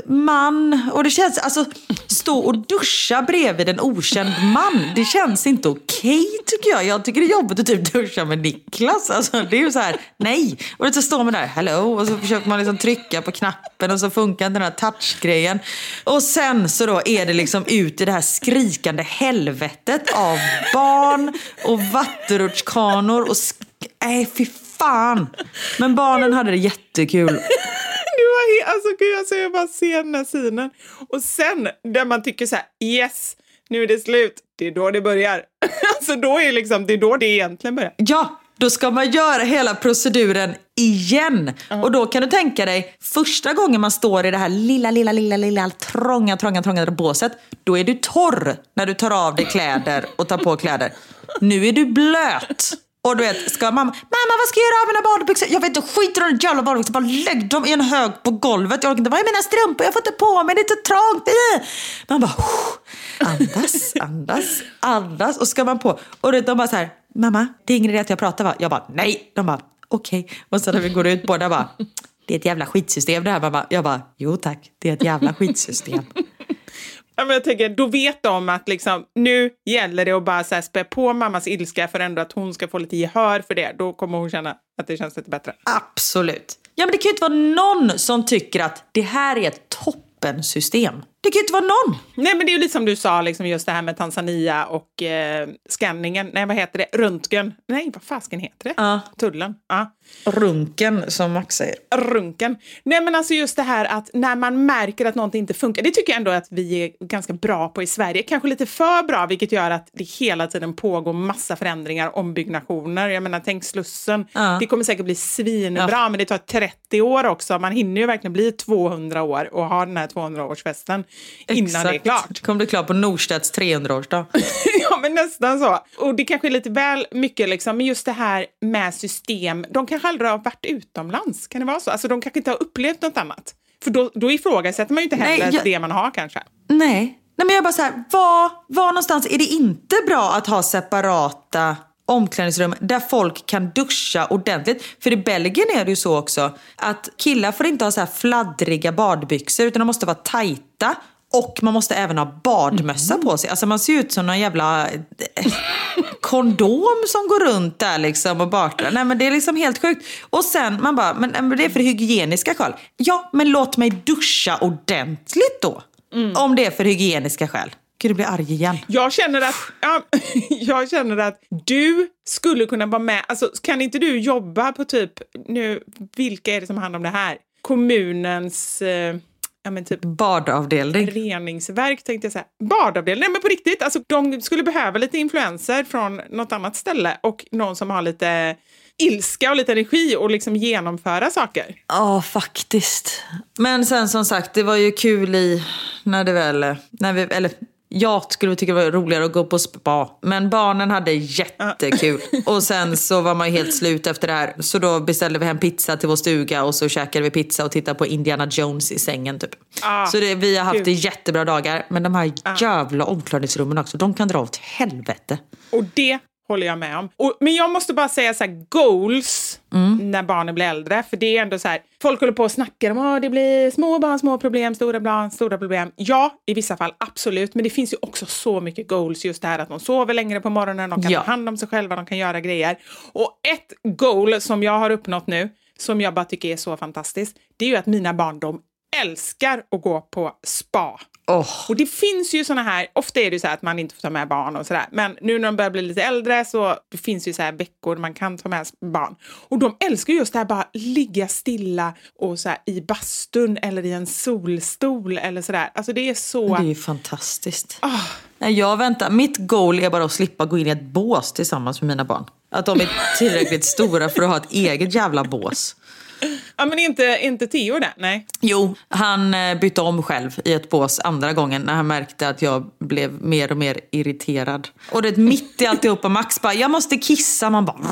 man. Och det känns, alltså, stå och duscha bredvid en okänd man. Det känns inte okej tycker jag. Jag tycker det är jobbigt att typ duscha med Niklas. Alltså det är ju så här, nej. Och så står man där, hello. Och så försöker man liksom trycka på knappen, och så funkar inte den här touchgrejen. Och sen så då är det liksom ut i det här skrikande helvetet av barn och vattenrutschkanor och sk- nej fy fan. Men barnen hade det jättekul. Det var he- alltså gud, alltså jag bara ser den här synen. Och sen där man tycker så här, yes, nu är det slut. Det är då det börjar. Alltså då är liksom, det är då det egentligen börjar. Ja. Då ska man göra hela proceduren igen. Uh-huh. Och då kan du tänka dig, första gången man står i det här lilla, lilla, lilla, lilla, trånga, trånga, trånga båset, då är du torr när du tar av dig kläder och tar på kläder. Nu är du blöt. Och du vet, ska mamma, mamma vad ska jag göra av mina badbyxor? Jag vet inte, skit i de jävla badbyxor, bara lägg dem i en hög på golvet. Jag orkar inte, vad är mina strumpor? Jag får inte på mig, det är så trångt. Man bara, andas, andas, andas. Och ska man på, och de bara så här, mamma, det är ingen idé att jag pratar va? Jag bara, nej. De bara, okej. Okay. Och så när vi går ut båda bara, det är ett jävla skitsystem det här mamma. Jag bara, jo tack, det är ett jävla skitsystem. Ja, men jag tänker, då vet de att liksom, nu gäller det att bara så här spä på mammas ilska för ändå att hon ska få lite gehör för det. Då kommer hon känna att det känns lite bättre. Absolut. Ja, men det kan ju inte vara någon som tycker att det här är ett toppensystem. Det kan ju inte vara någon. Nej, men det är ju lite som du sa, liksom just det här med Tanzania och eh, scanningen. Nej, vad heter det? Röntgen. Nej, vad fasken heter det? Ja. Tullen. Ja. Runken, som Max säger. Runken. Nej, men alltså just det här att när man märker att någonting inte funkar. Det tycker jag ändå att vi är ganska bra på i Sverige. Kanske lite för bra, vilket gör att det hela tiden pågår massa förändringar, ombyggnationer. Jag menar, tänk Slussen. Ja. Det kommer säkert bli svinbra, ja. Men det tar trettio år också. Man hinner ju verkligen bli tvåhundra år och ha den här tvåhundraårsfesten. Innan Exakt. det är klart. Kommer bli klart på Norstedts trehundraårsdag. Ja, men nästan så. Och det kanske är lite väl mycket liksom, men just det här med system. De kanske aldrig har varit utomlands. Kan det vara så? Alltså de kanske inte har upplevt något annat. För då, då ifrågasätter man ju inte heller Nej, jag... det man har kanske. Nej. Nej, men jag bara så här, var, var någonstans är det inte bra att ha separata omklädningsrum där folk kan duscha ordentligt? För i Belgien är det ju så också att killar får inte ha så här fladdriga badbyxor, utan de måste vara tajta. Och man måste även ha badmössa mm. på sig. Alltså man ser ut som någon jävla kondom som går runt där liksom och bakar. Nej men det är liksom helt sjukt. Och sen man bara, men, men det är för hygieniska skäl. Ja, men låt mig duscha ordentligt då. Mm. Om det är för hygieniska skäl. Gud, du blir arg igen. Jag känner att ja, jag känner att du skulle kunna vara med. Alltså, kan inte du jobba på typ nu, vilka är det som har hand om det här? Kommunens eh, ja, men typ badavdelning. Reningsverk tänkte jag säga. Badavdelning, nej men på riktigt. Alltså, de skulle behöva lite influenser från något annat ställe och någon som har lite ilska och lite energi och liksom genomföra saker. Ja, faktiskt. Men sen som sagt, det var ju kul i när det väl, när vi, eller jag skulle tycka det var roligare att gå på spa. Men barnen hade jättekul. Och sen så var man ju helt slut efter det här. Så då beställde vi hem pizza till vår stuga. Och så käkade vi pizza och tittade på Indiana Jones i sängen typ. Ah, så det, vi har haft det jättebra dagar. Men de här ah. jävla omklädningsrummen också, de kan dra åt helvete. Och det håller jag med om. Och, men jag måste bara säga så här, goals mm. när barnen blir äldre. För det är ändå så här, folk håller på och snackar om att det blir små barn, små problem, stora barn, stora problem. Ja, i vissa fall absolut. Men det finns ju också så mycket goals. Just det här att de sover längre på morgonen, de kan ja. ta hand om sig själva, de kan göra grejer. Och ett goal som jag har uppnått nu, som jag bara tycker är så fantastiskt, det är ju att mina barn, de älskar att gå på spa. Oh. Och det finns ju såna här, ofta är det så här att man inte får ta med barn och sådär. Men nu när de börjar bli lite äldre så det finns ju så här veckor man kan ta med barn. Och de älskar just det här bara ligga stilla och så här i bastun eller i en solstol eller sådär. Alltså det är så... Det är ju fantastiskt. Oh. Jag väntar, mitt goal är bara att slippa gå in i ett bås tillsammans med mina barn. Att de är tillräckligt stora för att ha ett eget jävla bås. Ja, men inte, inte Theo där, nej. Jo, han bytte om själv i ett bås andra gången när han märkte att jag blev mer och mer irriterad. Och det mitt i alltihopa, Max bara, jag måste kissa. Man bara,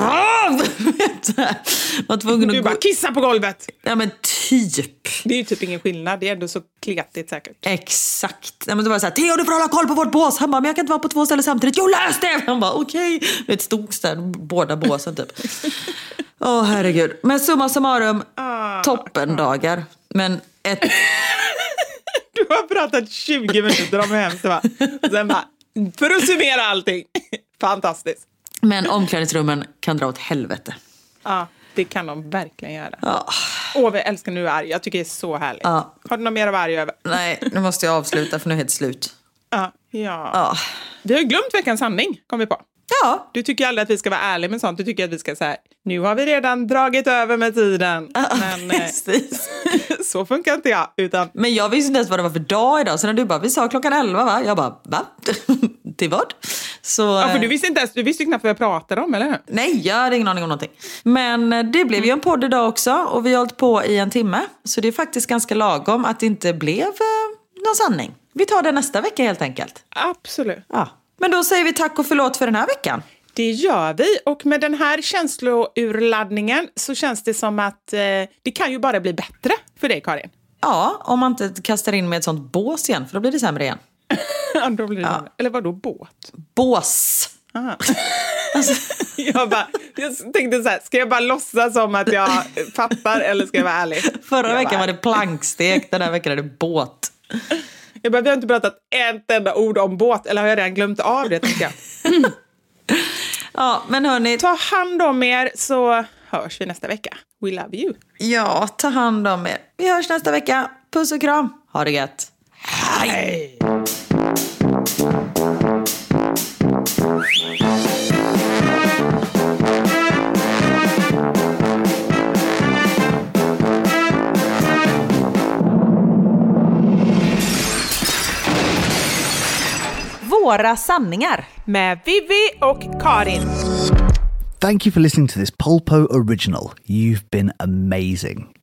var tvungen att du bara, gå... kissa på golvet. Ja, men typ. Det är ju typ ingen skillnad, det är ändå så kletigt säkert. Exakt. Ja, men det var så här, Theo, du får hålla koll på vårt bås. Han bara, men jag kan inte vara på två ställen samtidigt. Jo, lös det! Han bara, okej. Okay. Det stod där, båda båsen typ. Åh, oh, herregud. Men summa summarum, ah, toppendagar. Ah. Men ett... Du har pratat tjugo minuter om hur hemskt det var. Sen bara, för att summera allting. Fantastiskt. Men omklädningsrummen kan dra åt helvete. Ja, det kan de verkligen göra. Ja. Åh, vi älskar nu arg. Jag tycker det är så härligt. Ja. Har du något mer att vara arg över? Nej, nu måste jag avsluta för nu är det helt slut. Ja, ja. ja. Vi har glömt veckans sanning, kom vi på. Ja. Du tycker aldrig att vi ska vara ärliga med sånt. Du tycker att vi ska säga, nu har vi redan dragit över med tiden. Ja, men precis. Så funkar inte jag. Utan... Men jag visste inte ens vad det var för dag idag. Så när du bara, vi sa klockan elva va? Jag bara, va? Till vad? Så, ja, för du visste inte ens, du visste knappt vad jag pratade om, eller hur? Nej, jag hade ingen aning om någonting. Men det blev ju en podd idag också. Och vi har hållit på i en timme. Så det är faktiskt ganska lagom att det inte blev eh, någon sanning. Vi tar det nästa vecka helt enkelt. Absolut. Ja. Men då säger vi tack och förlåt för den här veckan. Det gör vi. Och med den här känslourladdningen så känns det som att eh, det kan ju bara bli bättre för dig, Karin. Ja, om man inte kastar in med ett sånt bås igen. För då blir det sämre igen. Ja, då blir det ja. Eller vad då båt? Bås. Alltså. jag, bara, jag tänkte så här, ska jag bara låtsas som att jag fattar eller ska jag vara ärlig? Förra jag veckan var det plankstek, den här veckan är det båt. Jag bara, vi har inte pratat ett enda ord om båt. Eller har jag redan glömt av det, tänker jag. Ja, men hörni. Ta hand om er så hörs vi nästa vecka. We love you. Ja, ta hand om er. Vi hörs nästa vecka. Puss och kram. Ha det gött. Hej! Hej. Våra sanningar med Vivi och Karin. Thank you for listening to this Polpo original. You've been amazing.